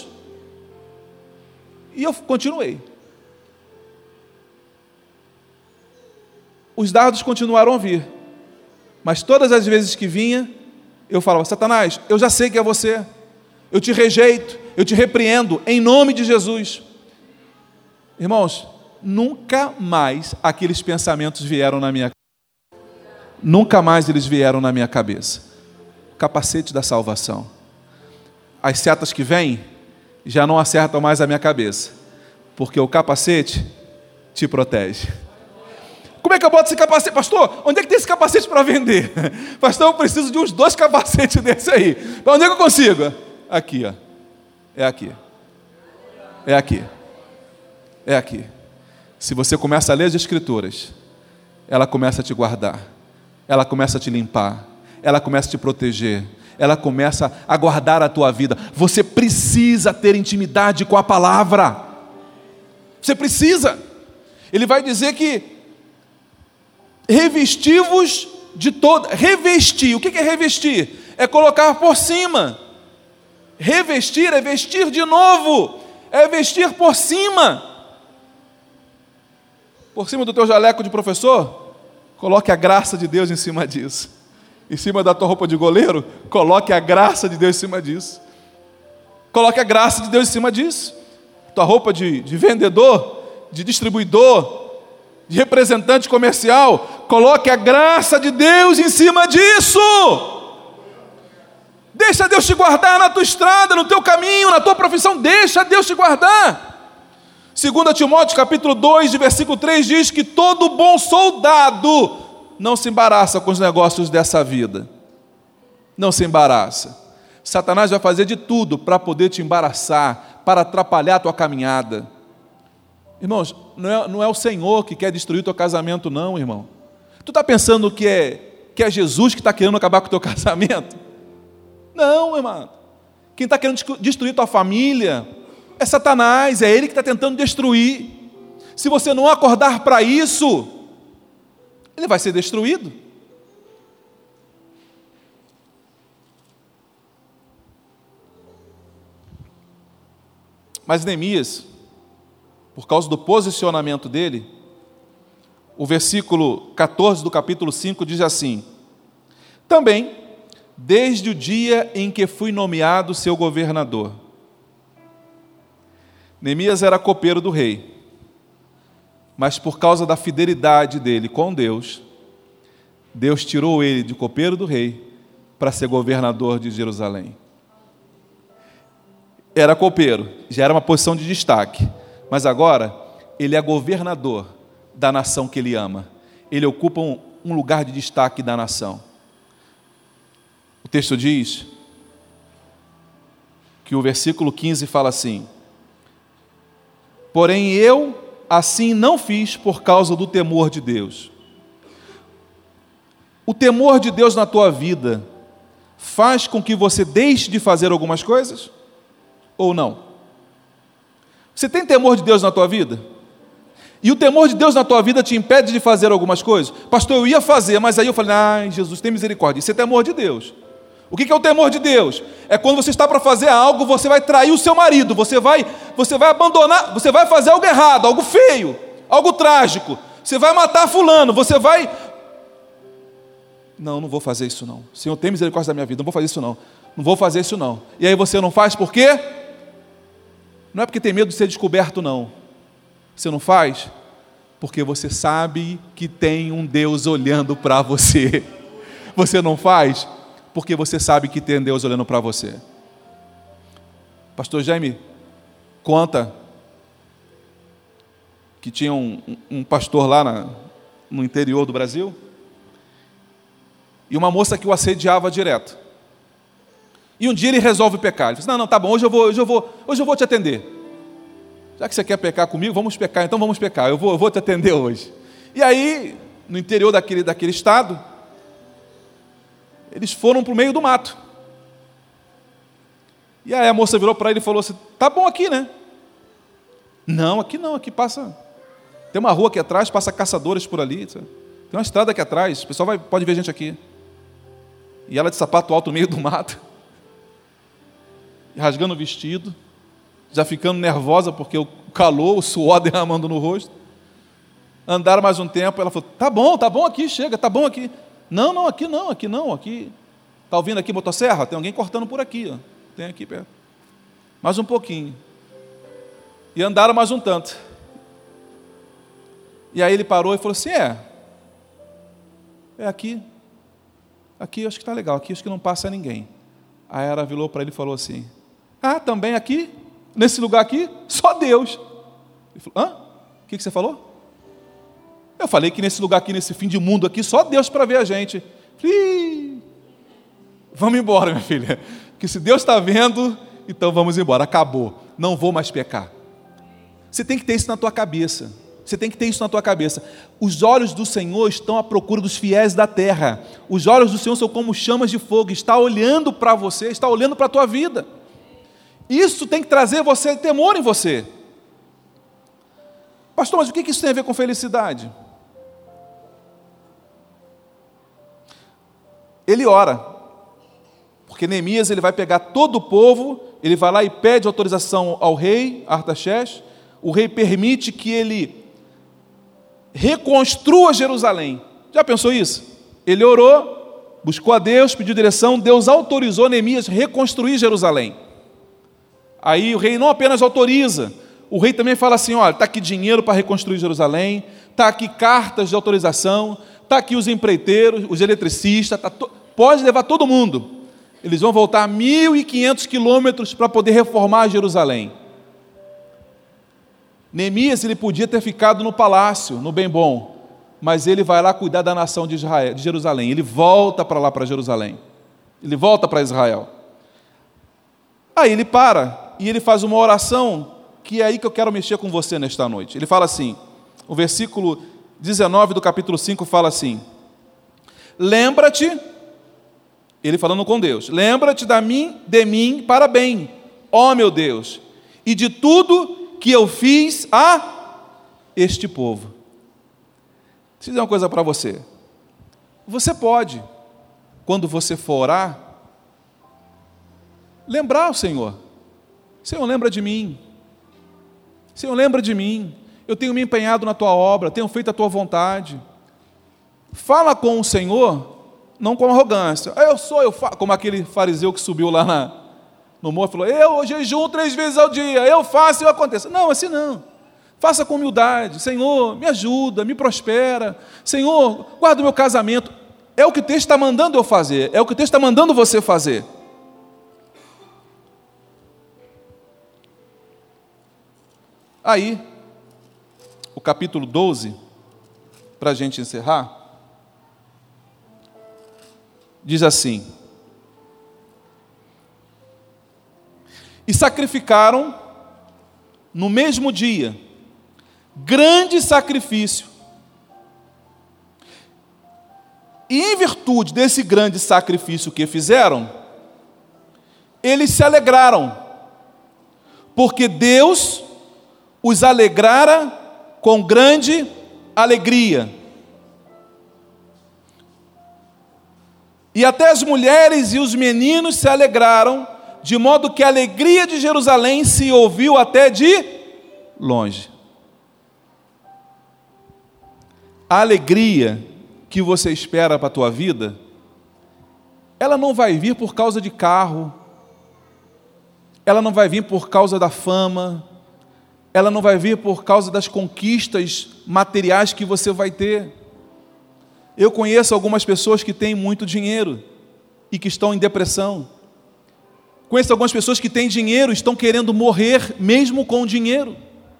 E eu continuei. Os dardos continuaram a vir. Mas todas as vezes que vinha, eu falava, Satanás, eu já sei que é você. Eu te rejeito, eu te repreendo, em nome de Jesus. Irmãos, nunca mais aqueles pensamentos vieram na minha cabeça. Nunca mais eles vieram na minha cabeça. Capacete da salvação. As setas que vêm já não acertam mais a minha cabeça, porque o capacete te protege. Como é que eu boto esse capacete? Pastor, onde é que tem esse capacete para vender? Pastor, eu preciso de uns dois capacetes desse aí. Para onde é que eu consigo? Aqui, ó. É aqui. É aqui. É aqui. Se você começa a ler as Escrituras, ela começa a te guardar, ela começa a te limpar, ela começa a te proteger, ela começa a guardar a tua vida. Você precisa ter intimidade com a palavra. Você precisa. Ele vai dizer que revesti-vos de todo. Revestir, o que é revestir? É colocar por cima. Revestir é vestir de novo, é vestir por cima. Por cima do teu jaleco de professor, coloque a graça de Deus em cima disso. Em cima da tua roupa de goleiro, coloque a graça de Deus em cima disso. Coloque a graça de Deus em cima disso. Tua roupa de, de vendedor, de distribuidor, de representante comercial, coloque a graça de Deus em cima disso. Deixa Deus te guardar na tua estrada, no teu caminho, na tua profissão. Deixa Deus te guardar. Segundo Timóteo capítulo dois, de versículo três, diz que todo bom soldado não se embaraça com os negócios dessa vida. Não se embaraça. Satanás vai fazer de tudo para poder te embaraçar, para atrapalhar a tua caminhada. Irmãos, não é, não é o Senhor que quer destruir o teu casamento, não, irmão. Tu está pensando que é, que é Jesus que está querendo acabar com o teu casamento? Não, irmão. Quem está querendo destruir tua família é Satanás, é ele que está tentando destruir. Se você não acordar para isso, ele vai ser destruído. Mas Neemias, por causa do posicionamento dele, o versículo catorze do capítulo cinco diz assim: também, desde o dia em que fui nomeado seu governador. Neemias era copeiro do rei, mas por causa da fidelidade dele com Deus, Deus tirou ele de copeiro do rei para ser governador de Jerusalém. Era copeiro, já era uma posição de destaque, mas agora ele é governador da nação que ele ama. Ele ocupa um, um lugar de destaque da nação. O texto diz que o versículo quinze fala assim: porém eu assim não fiz por causa do temor de Deus. O temor de Deus na tua vida faz com que você deixe de fazer algumas coisas? Ou não? Você tem temor de Deus na tua vida? E o temor de Deus na tua vida te impede de fazer algumas coisas? Pastor, eu ia fazer, mas aí eu falei, ai, Jesus, tem misericórdia. Isso é temor de Deus. O que é o temor de Deus? É quando você está para fazer algo, você vai trair o seu marido, você vai, você vai abandonar, você vai fazer algo errado, algo feio, algo trágico. Você vai matar fulano, você vai... Não, não vou fazer isso não. Senhor, tem misericórdia da minha vida, não vou fazer isso não. Não vou fazer isso não. E aí você não faz por quê? Não é porque tem medo de ser descoberto, não. Você não faz porque você sabe que tem um Deus olhando para você. Você não faz porque você sabe que tem Deus olhando para você. Pastor Jaime, conta que tinha um, um pastor lá na, no interior do Brasil, e uma moça que o assediava direto. E um dia ele resolve pecar. Ele diz: não, não, tá bom, hoje eu vou, hoje eu vou, hoje eu vou te atender. Já que você quer pecar comigo, vamos pecar, então vamos pecar, eu vou, eu vou te atender hoje. E aí, no interior daquele, daquele estado, eles foram para o meio do mato. E aí a moça virou para ele e falou assim: tá bom aqui, né? Não, aqui não, aqui passa... Tem uma rua aqui atrás, passa caçadores por ali. Tem uma estrada aqui atrás, o pessoal vai, pode ver gente aqui. E ela de sapato alto no meio do mato, rasgando o vestido, já ficando nervosa porque o calor, o suor derramando no rosto. Andaram mais um tempo, ela falou: tá bom, tá bom aqui, chega, tá bom aqui. Não, não, aqui não, aqui não, aqui... Está ouvindo aqui motosserra? Tem alguém cortando por aqui, ó. Tem aqui perto. Mais um pouquinho. E andaram mais um tanto. E aí ele parou e falou assim: é, é aqui, aqui acho que está legal, aqui acho que não passa ninguém. Aí ela virou para ele e falou assim: ah, também aqui, nesse lugar aqui, só Deus. Ele falou: hã? O que, que você falou? Eu falei que nesse lugar aqui, nesse fim de mundo aqui, só Deus para ver a gente. Falei: vamos embora, minha filha, que se Deus está vendo, então vamos embora, acabou, não vou mais pecar. Você tem que ter isso na tua cabeça. Você tem que ter isso na tua cabeça. Os olhos do Senhor estão à procura dos fiéis da terra. Os olhos do Senhor são como chamas de fogo. Está olhando para você, está olhando para a tua vida. Isso tem que trazer você temor em você. Pastor, mas o que isso tem a ver com felicidade? Ele ora, porque Neemias ele vai pegar todo o povo, ele vai lá e pede autorização ao rei Artaxerxes. O rei permite que ele reconstrua Jerusalém. Já pensou isso? Ele orou, buscou a Deus, pediu direção, Deus autorizou Neemias a reconstruir Jerusalém. Aí o rei não apenas autoriza, o rei também fala assim: olha, está aqui dinheiro para reconstruir Jerusalém, está aqui cartas de autorização, está aqui os empreiteiros, os eletricistas, tá to... pode levar todo mundo. Eles vão voltar mil e quinhentos quilômetros para poder reformar Jerusalém. Neemias ele podia ter ficado no palácio, no bem bom, mas ele vai lá cuidar da nação de Israel, de Jerusalém. Ele volta para lá, para Jerusalém. Ele volta para Israel. Aí ele para e ele faz uma oração, que é aí que eu quero mexer com você nesta noite. Ele fala assim, o versículo dezenove do capítulo cinco fala assim: lembra-te, ele falando com Deus, lembra-te da mim, de mim para bem, ó meu Deus, e de tudo que eu fiz a este povo. Deixa eu dizer uma coisa para você. Você pode, quando você for orar, lembrar o Senhor. Senhor, lembra de mim. Senhor, lembra de mim. Eu tenho me empenhado na tua obra, tenho feito a tua vontade. Fala com o Senhor, não com arrogância. Eu sou, eu faço, como aquele fariseu que subiu lá na, no morro e falou: eu jejum três vezes ao dia, eu faço e eu aconteço. Não, assim não. Faça com humildade. Senhor, me ajuda, me prospera. Senhor, guarda o meu casamento. É o que o texto está mandando eu fazer, é o que o texto está mandando você fazer. Aí, o capítulo doze, para a gente encerrar, diz assim: e sacrificaram no mesmo dia grande sacrifício, e em virtude desse grande sacrifício que fizeram, eles se alegraram, porque Deus os alegrara com grande alegria. E até as mulheres e os meninos se alegraram, de modo que a alegria de Jerusalém se ouviu até de longe. A alegria que você espera para a tua vida, ela não vai vir por causa de carro, ela não vai vir por causa da fama, ela não vai vir por causa das conquistas materiais que você vai ter. Eu conheço algumas pessoas que têm muito dinheiro e que estão em depressão. Conheço algumas pessoas que têm dinheiro e estão querendo morrer mesmo com o dinheiro.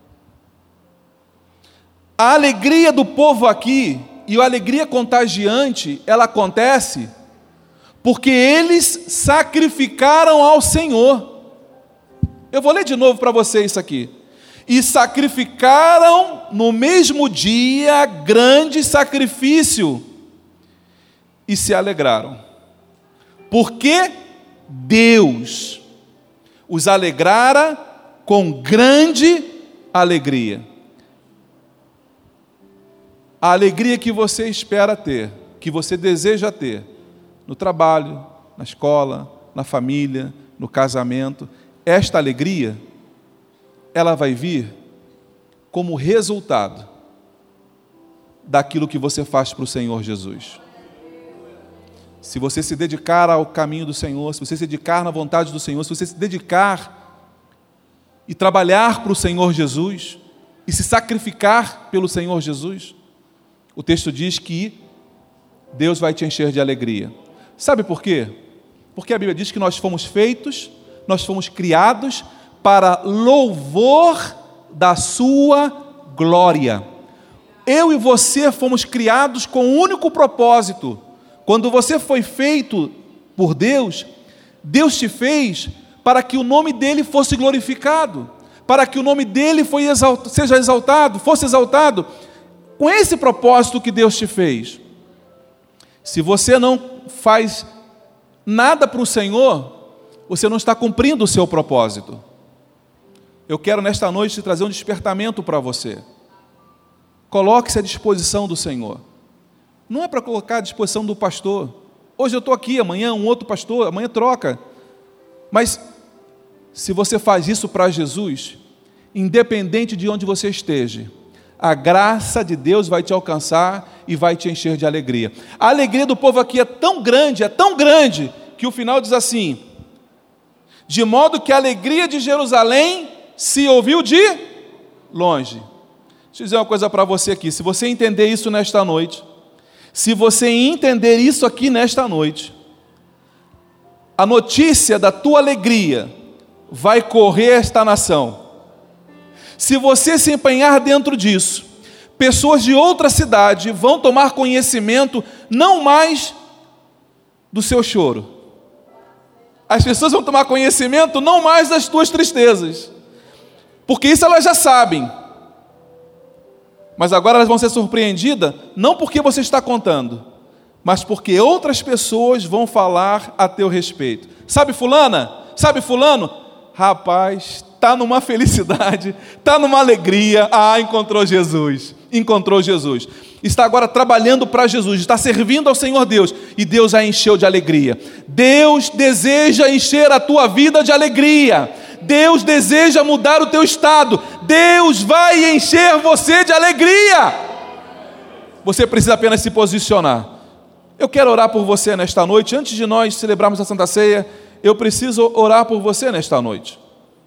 A alegria do povo aqui, e a alegria contagiante, ela acontece porque eles sacrificaram ao Senhor. Eu vou ler de novo para vocês isso aqui. E sacrificaram no mesmo dia grande sacrifício e se alegraram, porque Deus os alegrara com grande alegria. A alegria que você espera ter, que você deseja ter, no trabalho, na escola, na família, no casamento, esta alegria, ela vai vir como resultado daquilo que você faz para o Senhor Jesus. Se você se dedicar ao caminho do Senhor, se você se dedicar na vontade do Senhor, se você se dedicar e trabalhar para o Senhor Jesus, e se sacrificar pelo Senhor Jesus, o texto diz que Deus vai te encher de alegria. Sabe por quê? Porque a Bíblia diz que nós fomos feitos, nós fomos criados para louvor da sua glória. Eu e você fomos criados com um único propósito. Quando você foi feito por Deus, Deus te fez para que o nome dele fosse glorificado, para que o nome dele foi exalt- seja exaltado, fosse exaltado. Com esse propósito que Deus te fez. Se você não faz nada para o Senhor, você não está cumprindo o seu propósito. Eu quero nesta noite te trazer um despertamento para você. Coloque-se à disposição do Senhor. Não é para colocar à disposição do pastor. Hoje eu estou aqui, amanhã um outro pastor, amanhã troca. Mas se você faz isso para Jesus, independente de onde você esteja, a graça de Deus vai te alcançar e vai te encher de alegria. A alegria do povo aqui é tão grande, é tão grande, que o final diz assim: de modo que a alegria de Jerusalém se ouviu de longe. Deixa eu dizer uma coisa para você aqui, se você entender isso nesta noite, se você entender isso aqui nesta noite, a notícia da tua alegria vai correr esta nação. Se você se empenhar dentro disso, pessoas de outra cidade vão tomar conhecimento não mais do seu choro. As pessoas vão tomar conhecimento não mais das tuas tristezas, porque isso elas já sabem. Mas agora elas vão ser surpreendidas, não porque você está contando, mas porque outras pessoas vão falar a teu respeito. Sabe fulana? Sabe fulano? Rapaz, está numa felicidade, está numa alegria. Ah, encontrou Jesus, encontrou Jesus. Está agora trabalhando para Jesus, está servindo ao Senhor Deus, e Deus a encheu de alegria. Deus deseja encher a tua vida de alegria. Deus deseja mudar o teu estado. Deus vai encher você de alegria. Você precisa apenas se posicionar. Eu quero orar por você nesta noite. Antes de nós celebrarmos a Santa Ceia, eu preciso orar por você nesta noite.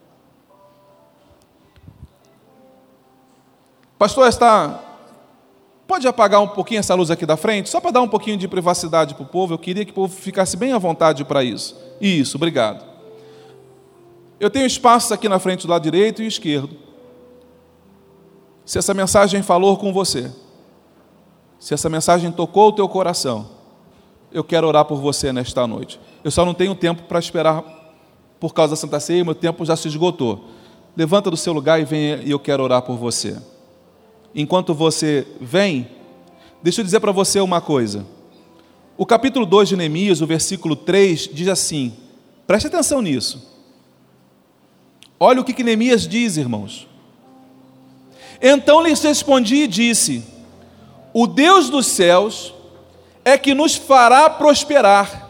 Pastor, está... pode apagar um pouquinho essa luz aqui da frente? Só para dar um pouquinho de privacidade para o povo. Eu queria que o povo ficasse bem à vontade para isso. Isso, obrigado. Eu tenho espaços aqui na frente do lado direito e esquerdo. Se essa mensagem falou com você, se essa mensagem tocou o teu coração, eu quero orar por você nesta noite. Eu só não tenho tempo para esperar por causa da Santa Ceia, meu tempo já se esgotou. Levanta do seu lugar e venha, e eu quero orar por você. Enquanto você vem, deixa eu dizer para você uma coisa. O capítulo dois de Neemias, o versículo três, diz assim, preste atenção nisso. Olha o que, que Neemias diz, irmãos. Então lhes respondi e disse: o Deus dos céus é que nos fará prosperar,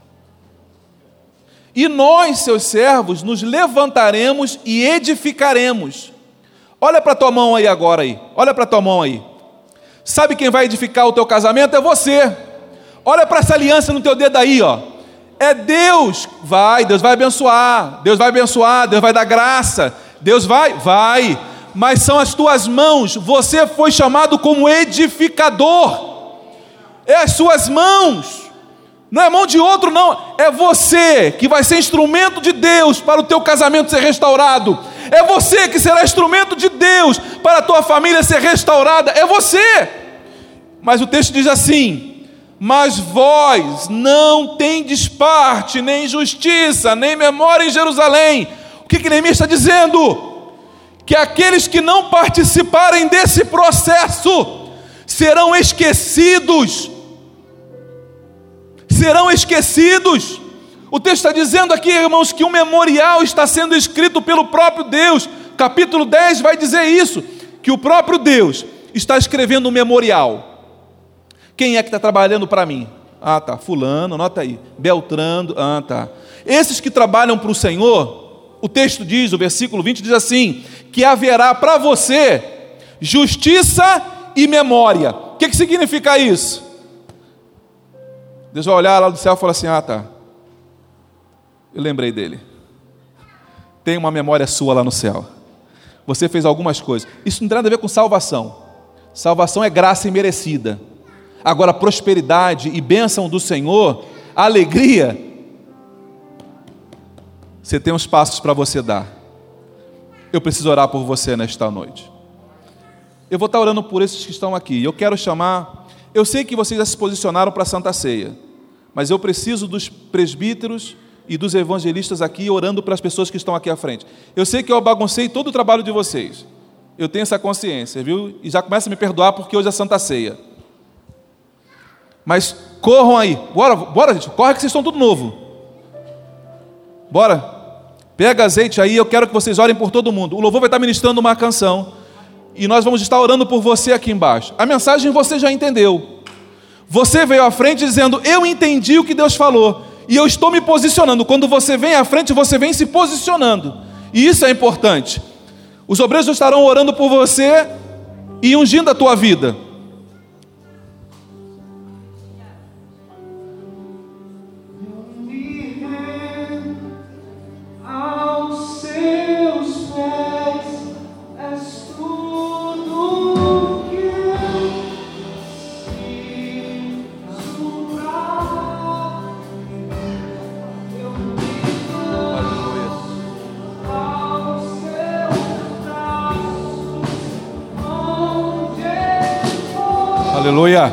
e nós, seus servos, nos levantaremos e edificaremos. Olha para a tua mão aí agora, aí. Olha para a tua mão aí. Sabe quem vai edificar o teu casamento? É você. Olha para essa aliança no teu dedo aí, ó. É Deus. Vai, Deus vai abençoar. Deus vai abençoar, Deus vai dar graça. Deus vai, vai. Mas são as tuas mãos. Você foi chamado como edificador. É as suas mãos. Não é mão de outro, não. É você que vai ser instrumento de Deus para o teu casamento ser restaurado. É você que será instrumento de Deus para a tua família ser restaurada. É você. Mas o texto diz assim: mas vós não tendes parte, nem justiça, nem memória em Jerusalém. O que que Neemias está dizendo? Que aqueles que não participarem desse processo serão esquecidos. Serão esquecidos. O texto está dizendo aqui, irmãos, que um memorial está sendo escrito pelo próprio Deus. Capítulo dez vai dizer isso, que o próprio Deus está escrevendo um memorial. Quem é que está trabalhando para mim? Ah, tá, fulano, anota aí. Beltrano, ah, tá. Esses que trabalham para o Senhor, o texto diz, o versículo vinte diz assim, que haverá para você justiça e memória. O que, que significa isso? Deus vai olhar lá do céu e falar assim: ah, tá, eu lembrei dele. Tem uma memória sua lá no céu. Você fez algumas coisas. Isso não tem nada a ver com salvação. Salvação é graça imerecida. Agora, prosperidade e bênção do Senhor, alegria, você tem uns passos para você dar. Eu preciso orar por você nesta noite. Eu vou estar orando por esses que estão aqui. Eu quero chamar... Eu sei que vocês já se posicionaram para a Santa Ceia, mas eu preciso dos presbíteros e dos evangelistas aqui orando para as pessoas que estão aqui à frente. Eu sei que eu baguncei todo o trabalho de vocês. Eu tenho essa consciência, viu? E já começa a me perdoar porque hoje é Santa Ceia. Mas corram aí. Bora, bora, gente. Corre que vocês estão tudo novo. Bora. Pega azeite aí, eu quero que vocês orem por todo mundo. O louvor vai estar ministrando uma canção. E nós vamos estar orando por você aqui embaixo. A mensagem você já entendeu. Você veio à frente dizendo: eu entendi o que Deus falou. E eu estou me posicionando. Quando você vem à frente, você vem se posicionando. E isso é importante. Os obreiros estarão orando por você e ungindo a tua vida. Aleluia.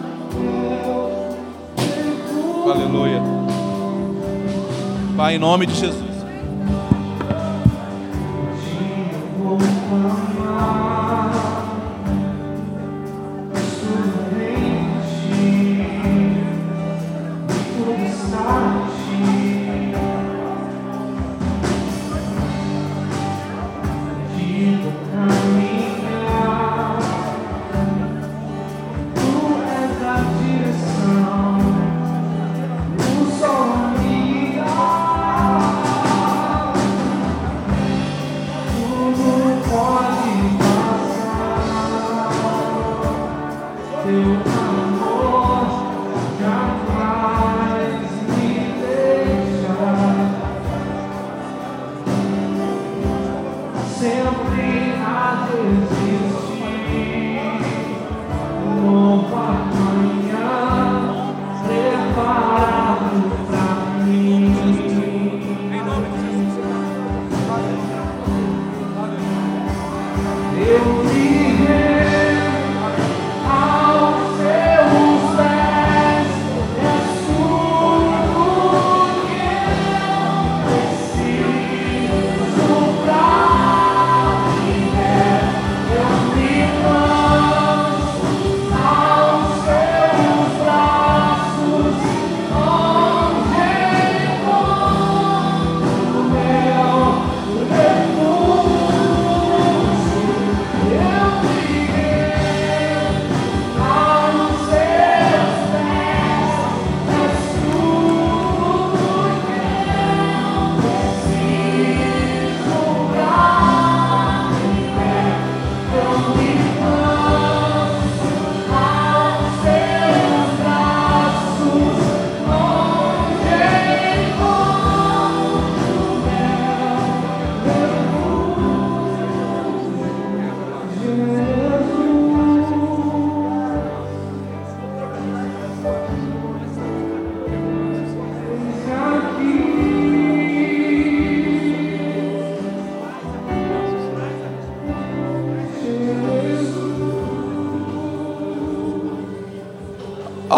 Aleluia. Pai, em nome de Jesus.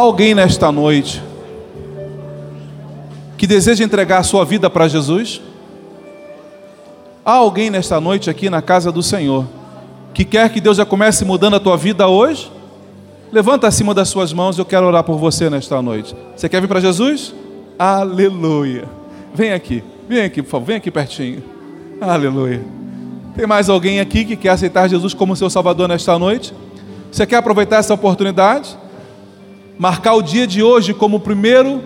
alguém nesta noite que deseja entregar a sua vida para Jesus? Há alguém nesta noite aqui na casa do Senhor que quer que Deus já comece mudando a tua vida hoje? Levanta acima das suas mãos, eu quero orar por você nesta noite. Você quer vir para Jesus? Aleluia. Vem aqui, vem aqui, por favor, vem aqui pertinho. Aleluia. Tem mais alguém aqui que quer aceitar Jesus como seu Salvador nesta noite? Você quer aproveitar essa oportunidade? Marcar o dia de hoje como o primeiro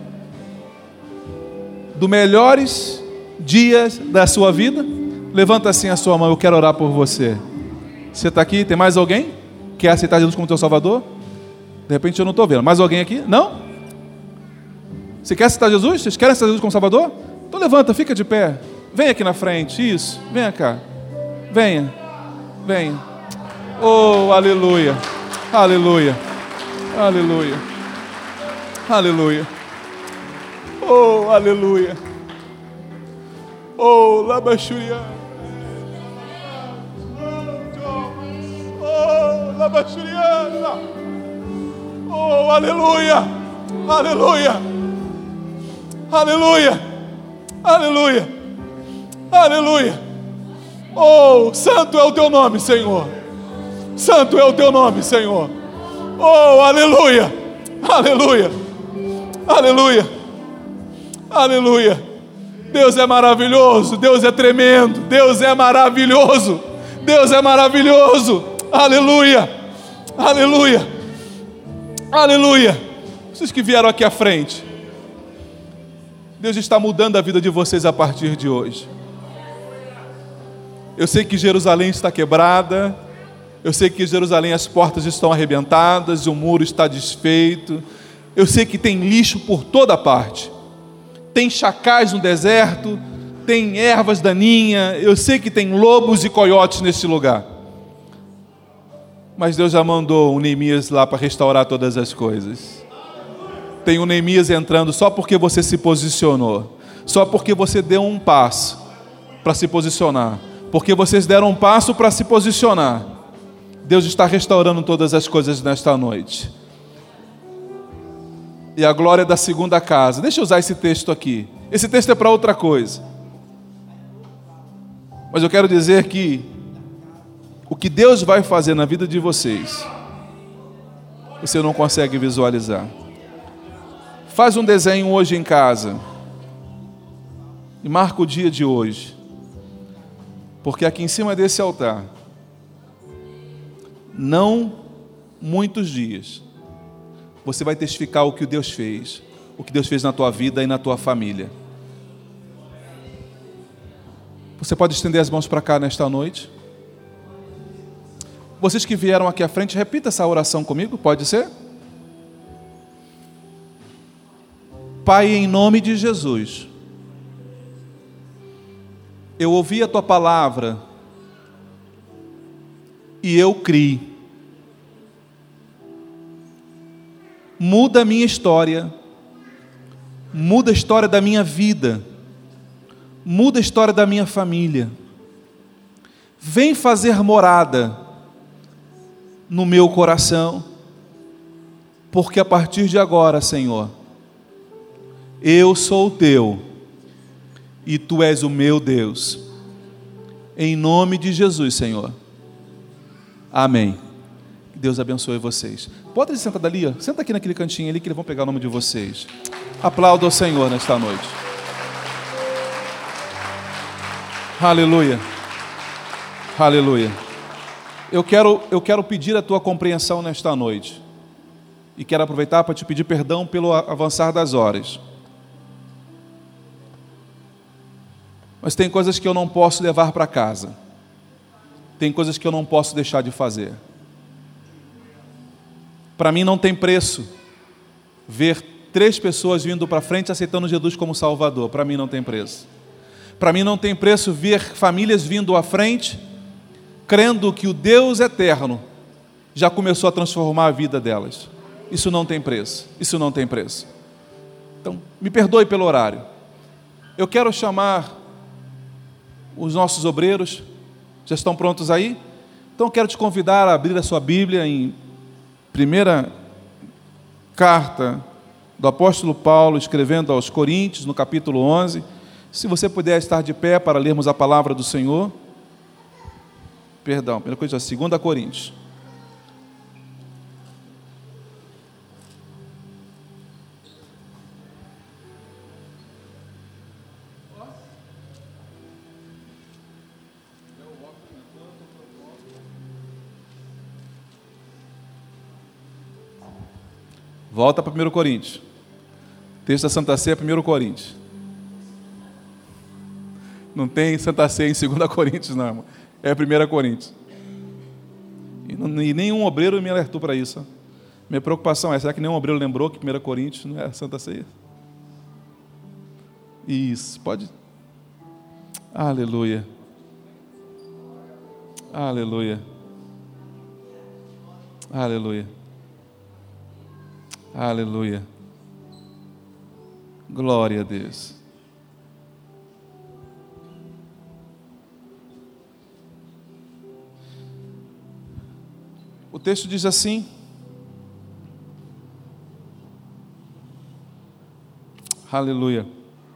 dos melhores dias da sua vida? Levanta assim a sua mão, eu quero orar por você. Você está aqui? Tem mais alguém? Quer aceitar Jesus como teu Salvador? De repente eu não estou vendo. Mais alguém aqui? Não? Você quer aceitar Jesus? Vocês querem aceitar Jesus como Salvador? Então levanta, fica de pé. Vem aqui na frente, isso. Venha cá. Venha. Venha. Oh, aleluia. Aleluia. Aleluia. Aleluia. Oh, aleluia. Oh, labaxuria. Oh, labaxuriana. Oh, aleluia. Aleluia. Aleluia. Aleluia. Aleluia. Oh, santo é o teu nome, Senhor. Santo é o teu nome, Senhor. Oh, aleluia. Aleluia. Aleluia. Aleluia. Deus é maravilhoso, Deus é tremendo, Deus é maravilhoso, Deus é maravilhoso. Aleluia. Aleluia. Aleluia. Vocês que vieram aqui à frente, Deus está mudando a vida de vocês a partir de hoje. Eu sei que Jerusalém está quebrada, eu sei que em Jerusalém as portas estão arrebentadas, o muro está desfeito, eu sei que tem lixo por toda parte, tem chacais no deserto, tem ervas daninhas, eu sei que tem lobos e coiotes nesse lugar, mas Deus já mandou um Neemias lá para restaurar todas as coisas. Tem um Neemias entrando só porque você se posicionou, só porque você deu um passo para se posicionar, porque vocês deram um passo para se posicionar. Deus está restaurando todas as coisas nesta noite. E a glória da segunda casa. Deixa eu usar esse texto aqui. Esse texto é para outra coisa. Mas eu quero dizer que o que Deus vai fazer na vida de vocês, você não consegue visualizar. Faz um desenho hoje em casa e marca o dia de hoje, porque aqui em cima desse altar, não muitos dias, você vai testificar o que Deus fez, o que Deus fez na tua vida e na tua família. Você pode estender as mãos para cá nesta noite? Vocês que vieram aqui à frente, repita essa oração comigo, pode ser? Pai, em nome de Jesus, eu ouvi a tua palavra e eu criei. Muda a minha história, muda a história da minha vida, muda a história da minha família. Vem fazer morada no meu coração, porque a partir de agora, Senhor, eu sou o teu e tu és o meu Deus. Em nome de Jesus, Senhor. Amém. Deus abençoe vocês. Pode sentar dali, ó. Senta aqui naquele cantinho ali que eles vão pegar o nome de vocês. Aplauda ao Senhor nesta noite. Aleluia. Aleluia. Eu quero, eu quero pedir a tua compreensão nesta noite. E quero aproveitar para te pedir perdão pelo avançar das horas. Mas tem coisas que eu não posso levar para casa. Tem coisas que eu não posso deixar de fazer. Para mim não tem preço ver três pessoas vindo para frente aceitando Jesus como Salvador. Para mim não tem preço. Para mim não tem preço ver famílias vindo à frente, crendo que o Deus eterno já começou a transformar a vida delas. Isso não tem preço. Isso não tem preço. Então, me perdoe pelo horário. Eu quero chamar os nossos obreiros. Já estão prontos aí? Então eu quero te convidar a abrir a sua Bíblia em primeira carta do apóstolo Paulo escrevendo aos Coríntios, no capítulo onze. Se você puder estar de pé para lermos a palavra do Senhor. Perdão, primeira coisa, segunda Coríntios. Volta para primeira Coríntios. Texto da Santa Ceia, primeira Coríntios. Não tem Santa Ceia em segunda Coríntios, não, irmão. É primeira Coríntios. E, não, e nenhum obreiro me alertou para isso. Minha preocupação é, será que nenhum obreiro lembrou que primeira Coríntios não é Santa Ceia? Isso, pode. Aleluia. Aleluia. Aleluia. Aleluia. Glória a Deus. O texto diz assim: aleluia.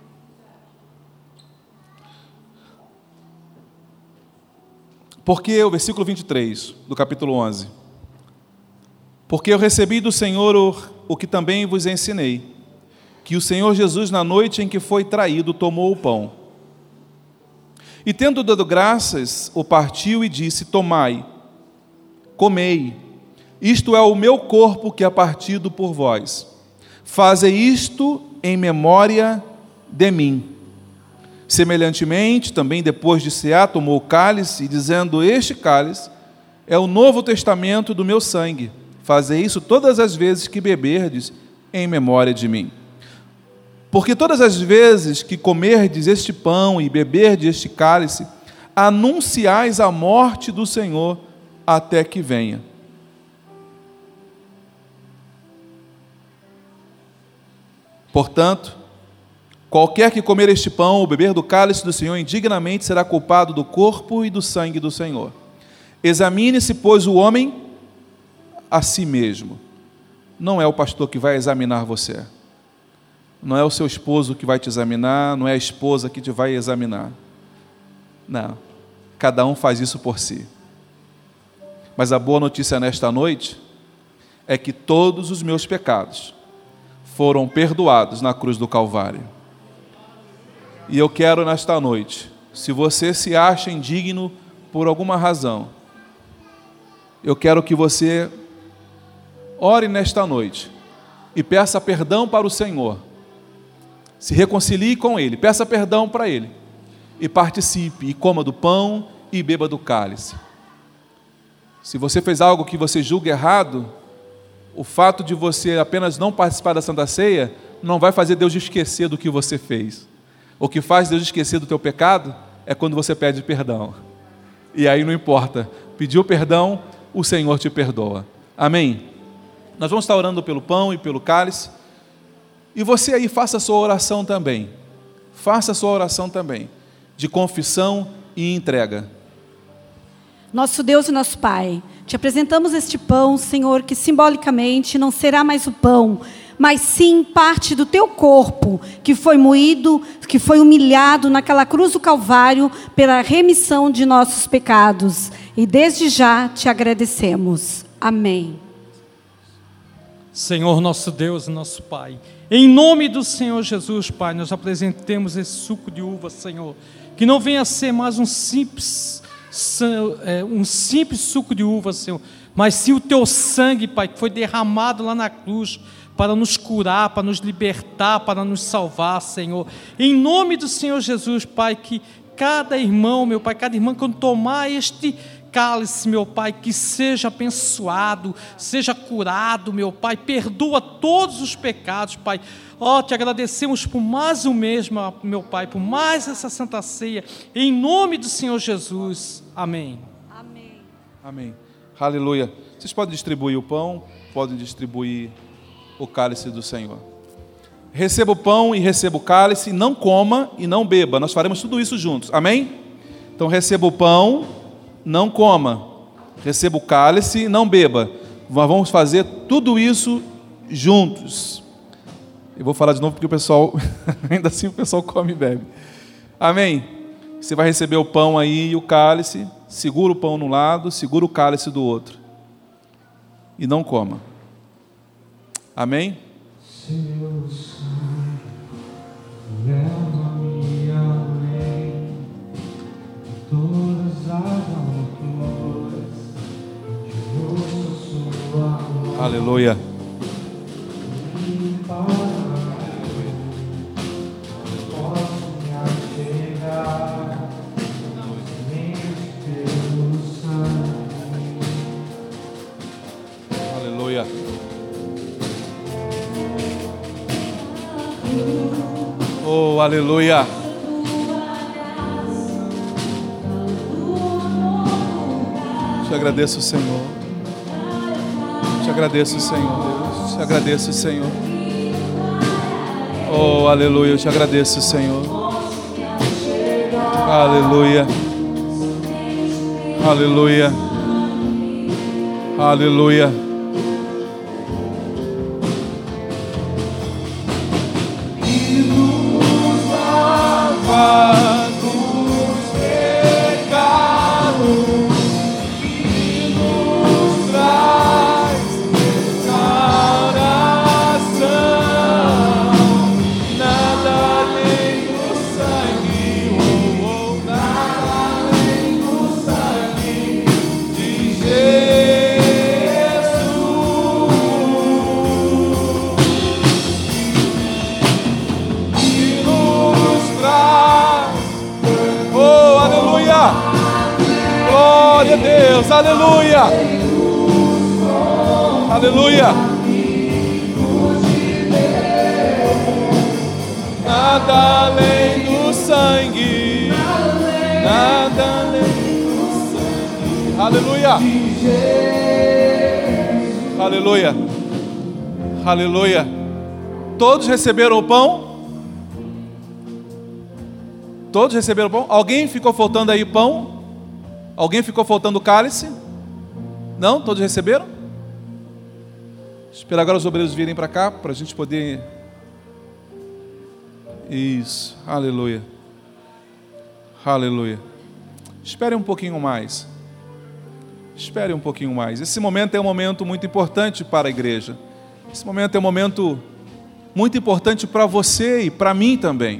Porque, o versículo vinte e três do capítulo onze. Porque eu recebi do Senhor o, o que também vos ensinei, que o Senhor Jesus, na noite em que foi traído, tomou o pão. E tendo dado graças, o partiu e disse: tomai, comei, isto é o meu corpo que é partido por vós. Fazei isto em memória de mim. Semelhantemente, também depois de cear, tomou o cálice, dizendo: este cálice é o novo testamento do meu sangue. Fazei isso todas as vezes que beberdes em memória de mim. Porque todas as vezes que comerdes este pão e beberdes este cálice, anunciais a morte do Senhor até que venha. Portanto, qualquer que comer este pão ou beber do cálice do Senhor indignamente será culpado do corpo e do sangue do Senhor. Examine-se, pois, o homem a si mesmo. Não é o pastor que vai examinar você. Não é o seu esposo que vai te examinar, não é a esposa que te vai examinar. Não. Cada um faz isso por si. Mas a boa notícia nesta noite é que todos os meus pecados foram perdoados na cruz do Calvário. E eu quero nesta noite, se você se acha indigno por alguma razão, eu quero que você ore nesta noite e peça perdão para o Senhor. Se reconcilie com Ele, peça perdão para Ele e participe, e coma do pão e beba do cálice. Se você fez algo que você julga errado, o fato de você apenas não participar da Santa Ceia não vai fazer Deus esquecer do que você fez. O que faz Deus esquecer do teu pecado é quando você pede perdão. E aí não importa, pediu perdão, o Senhor te perdoa. Amém? Nós vamos estar orando pelo pão e pelo cálice. E você aí faça a sua oração também. Faça a sua oração também, de confissão e entrega. Nosso Deus e nosso Pai, te apresentamos este pão, Senhor, que simbolicamente não será mais o pão, mas sim parte do teu corpo, que foi moído, que foi humilhado naquela cruz do Calvário pela remissão de nossos pecados. E desde já te agradecemos. Amém. Senhor, nosso Deus e nosso Pai, em nome do Senhor Jesus, Pai, nós apresentemos esse suco de uva, Senhor, que não venha a ser mais um simples, um simples suco de uva, Senhor, mas sim o teu sangue, Pai, que foi derramado lá na cruz, para nos curar, para nos libertar, para nos salvar, Senhor. Em nome do Senhor Jesus, Pai, que cada irmão, meu Pai, cada irmã, quando tomar este cálice, meu Pai, que seja abençoado, seja curado, meu Pai, perdoa todos os pecados, Pai. Ó, oh, te agradecemos por mais um mês, meu Pai, por mais essa Santa Ceia, em nome do Senhor Jesus. Amém. Amém. Amém. Aleluia. Vocês podem distribuir o pão, podem distribuir o cálice do Senhor. Receba o pão e receba o cálice, não coma e não beba. Nós faremos tudo isso juntos. Amém? Então receba o pão, não coma. Receba o cálice, não beba. Nós vamos fazer tudo isso juntos. Eu vou falar de novo porque o pessoal, ainda assim o pessoal come e bebe. Amém? Você vai receber o pão aí e o cálice, segura o pão num lado, segura o cálice do outro. E não coma. Amém? Leva-me além de todas as alturas, de ouço sua voz. Aleluia. Posso me achegar pelo sangue. Aleluia. Oh, aleluia. Te agradeço, Senhor. Te agradeço, Senhor, Deus. Te agradeço, Senhor. Oh, aleluia. Eu te agradeço, Senhor. Aleluia. Aleluia. Aleluia. Glória a Deus, aleluia, aleluia. Nada além do sangue, nada além do sangue, aleluia, aleluia, aleluia. Todos receberam o pão? Todos receberam o pão? Alguém ficou faltando aí pão? Alguém ficou faltando o cálice? Não? Todos receberam? Espera agora os obreiros virem para cá, para a gente poder... Isso, aleluia. Aleluia. Espere um pouquinho mais. Espere um pouquinho mais. Esse momento é um momento muito importante para a igreja. Esse momento é um momento muito importante para você e para mim também.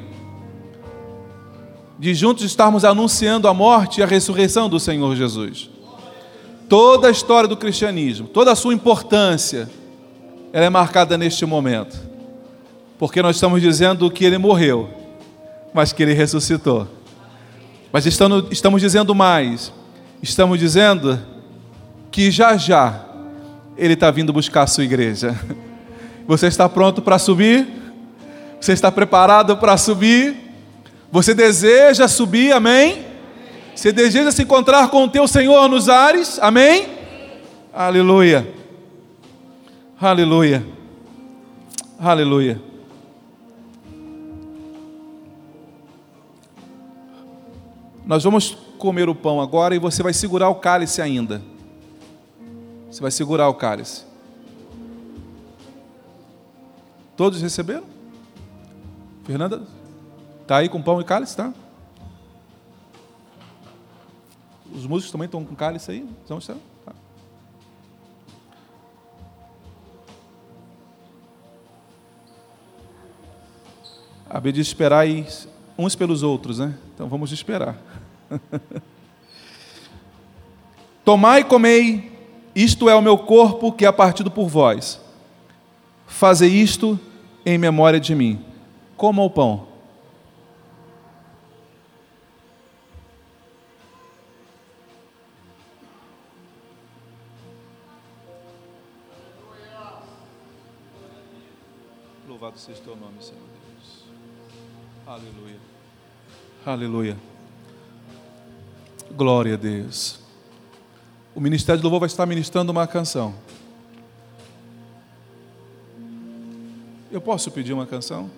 De juntos estarmos anunciando a morte e a ressurreição do Senhor Jesus. Toda a história do cristianismo, toda a sua importância, ela é marcada neste momento. Porque nós estamos dizendo que Ele morreu, mas que Ele ressuscitou. Mas estamos, estamos dizendo mais, estamos dizendo que já já Ele está vindo buscar a sua igreja. Você está pronto para subir? Você está preparado para subir? Você deseja subir, amém? Você deseja se encontrar com o teu Senhor nos ares, amém? Aleluia, aleluia, aleluia. Nós vamos comer o pão agora e você vai segurar o cálice ainda. Você vai segurar o cálice. Todos receberam? Fernanda? Está aí com pão e cálice, tá? Os músicos também estão com cálice aí? Estão, estão? Tá. A Bíblia diz esperar uns pelos outros, né? Então vamos esperar. Tomai e comei, isto é o meu corpo que é partido por vós. Fazei isto em memória de mim. Coma o pão. Louvado seja o teu nome, Senhor Deus. Aleluia. Aleluia. Glória a Deus. O Ministério de Louvor vai estar ministrando uma canção. Eu posso pedir uma canção?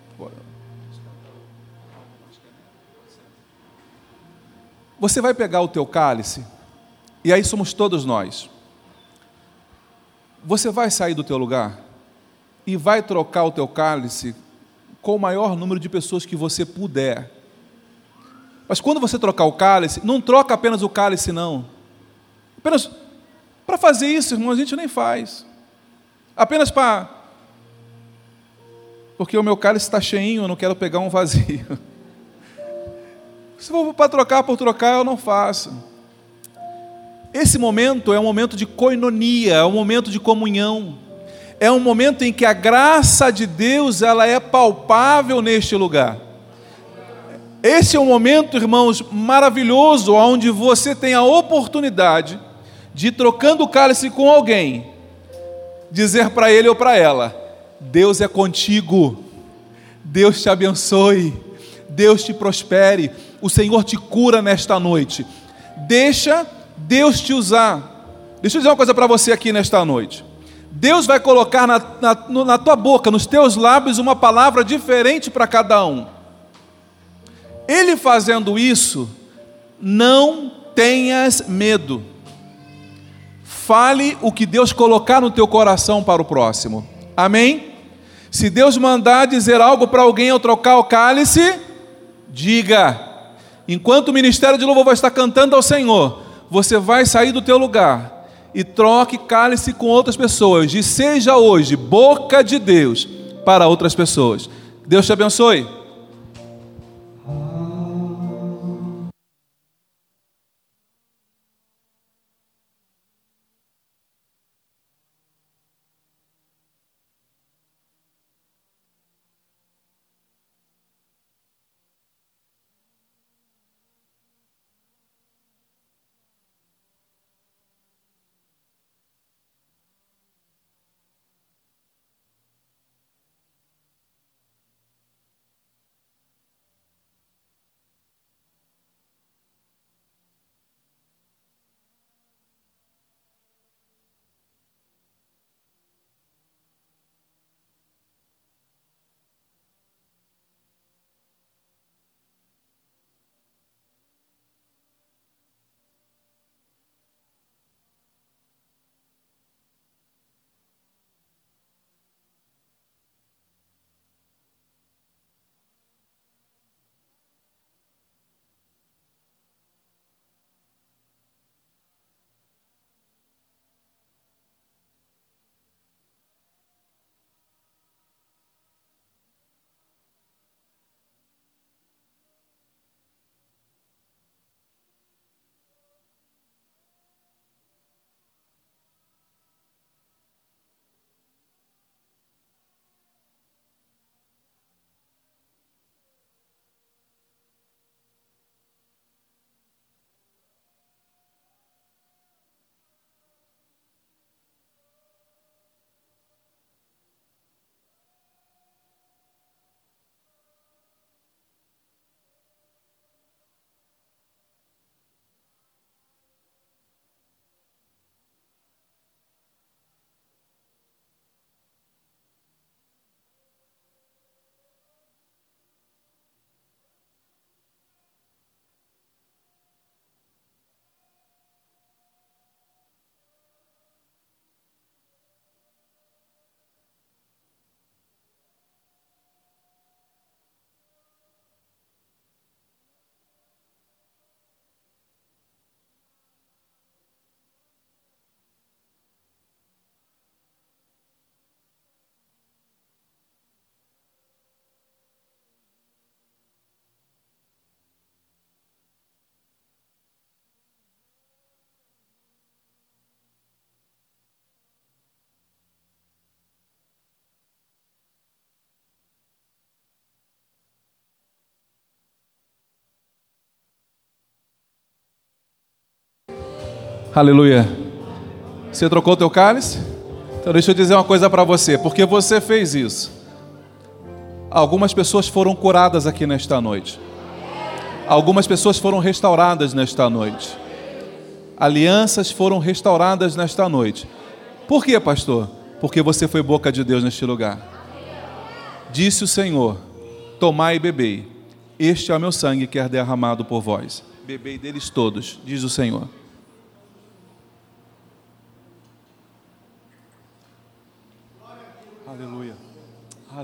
Você vai pegar o teu cálice, e aí somos todos nós. Você vai sair do teu lugar? e vai trocar o teu cálice com o maior número de pessoas que você puder. Mas quando você trocar o cálice, não troca apenas o cálice, não. Apenas para fazer isso, irmão, a gente nem faz. Apenas para... Porque o meu cálice está cheinho, eu não quero pegar um vazio. Se for para trocar por trocar, eu não faço. Esse momento é um momento de koinonia, é um momento de comunhão. É um momento em que a graça de Deus, ela é palpável neste lugar. Esse é um momento, irmãos, maravilhoso, onde você tem a oportunidade de, trocando o cálice com alguém, dizer para ele ou para ela: Deus é contigo, Deus te abençoe, Deus te prospere, o Senhor te cura nesta noite. Deixa Deus te usar. Deixa eu dizer uma coisa para você aqui nesta noite. Deus vai colocar na, na, na tua boca, nos teus lábios, uma palavra diferente para cada um. Ele fazendo isso, não tenhas medo. Fale o que Deus colocar no teu coração para o próximo. Amém? Se Deus mandar dizer algo para alguém ao trocar o cálice, diga. Enquanto o ministério de louvor vai estar cantando ao Senhor, você vai sair do teu lugar e troque cálice com outras pessoas. E seja hoje boca de Deus para outras pessoas. Deus te abençoe. Aleluia. Você trocou o teu cálice? Então deixa eu dizer uma coisa para você. Porque você fez isso, algumas pessoas foram curadas aqui nesta noite. Algumas pessoas foram restauradas nesta noite. Alianças foram restauradas nesta noite. Por quê, pastor? Porque você foi boca de Deus neste lugar. Disse o Senhor: tomai e bebei, este é o meu sangue que é derramado por vós. Bebei deles todos, diz o Senhor. Aleluia.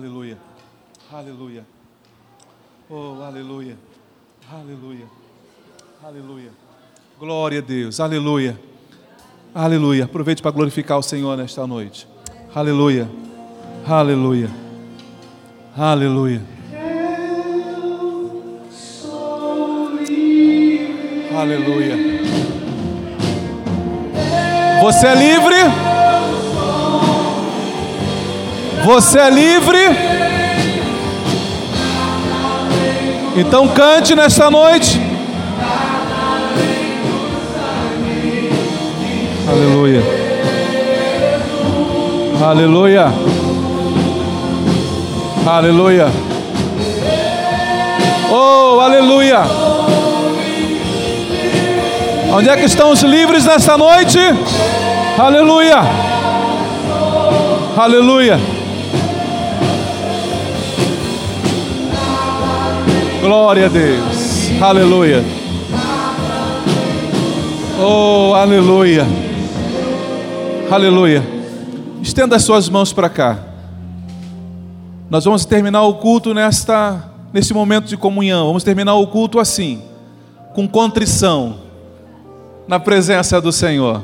Aleluia. Aleluia. Oh, aleluia. Aleluia. Aleluia. Glória a Deus. Aleluia. Aleluia. Aproveite para glorificar o Senhor nesta noite. Aleluia. Aleluia. Aleluia. Aleluia. Você é livre? Você é livre? Então cante nesta noite. Aleluia. Aleluia. Aleluia. Oh, aleluia. Onde é que estão os livres nesta noite? Aleluia. Aleluia. Glória a Deus. Aleluia. Oh, aleluia. Aleluia. Estenda as suas mãos para cá. Nós vamos terminar o culto nesta, neste momento de comunhão. Vamos terminar o culto assim, com contrição, na presença do Senhor.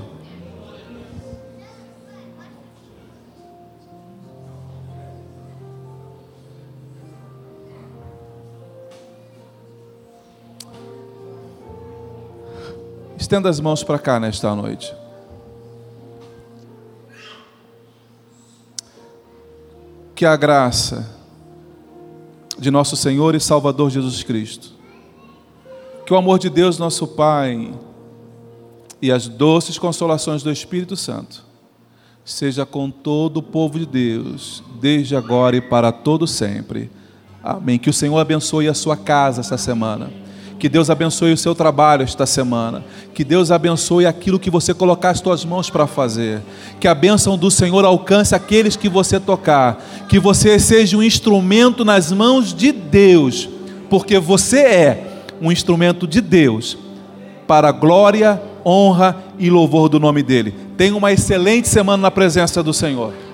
Estenda as mãos para cá nesta noite. Que a graça de nosso Senhor e Salvador Jesus Cristo, que o amor de Deus nosso Pai e as doces consolações do Espírito Santo seja com todo o povo de Deus, desde agora e para todo sempre. Amém. Que o Senhor abençoe a sua casa esta semana. Que Deus abençoe o seu trabalho esta semana. Que Deus abençoe aquilo que você colocar as suas mãos para fazer. Que a bênção do Senhor alcance aqueles que você tocar. Que você seja um instrumento nas mãos de Deus, porque você é um instrumento de Deus para a glória, honra e louvor do nome dele. Tenha uma excelente semana na presença do Senhor.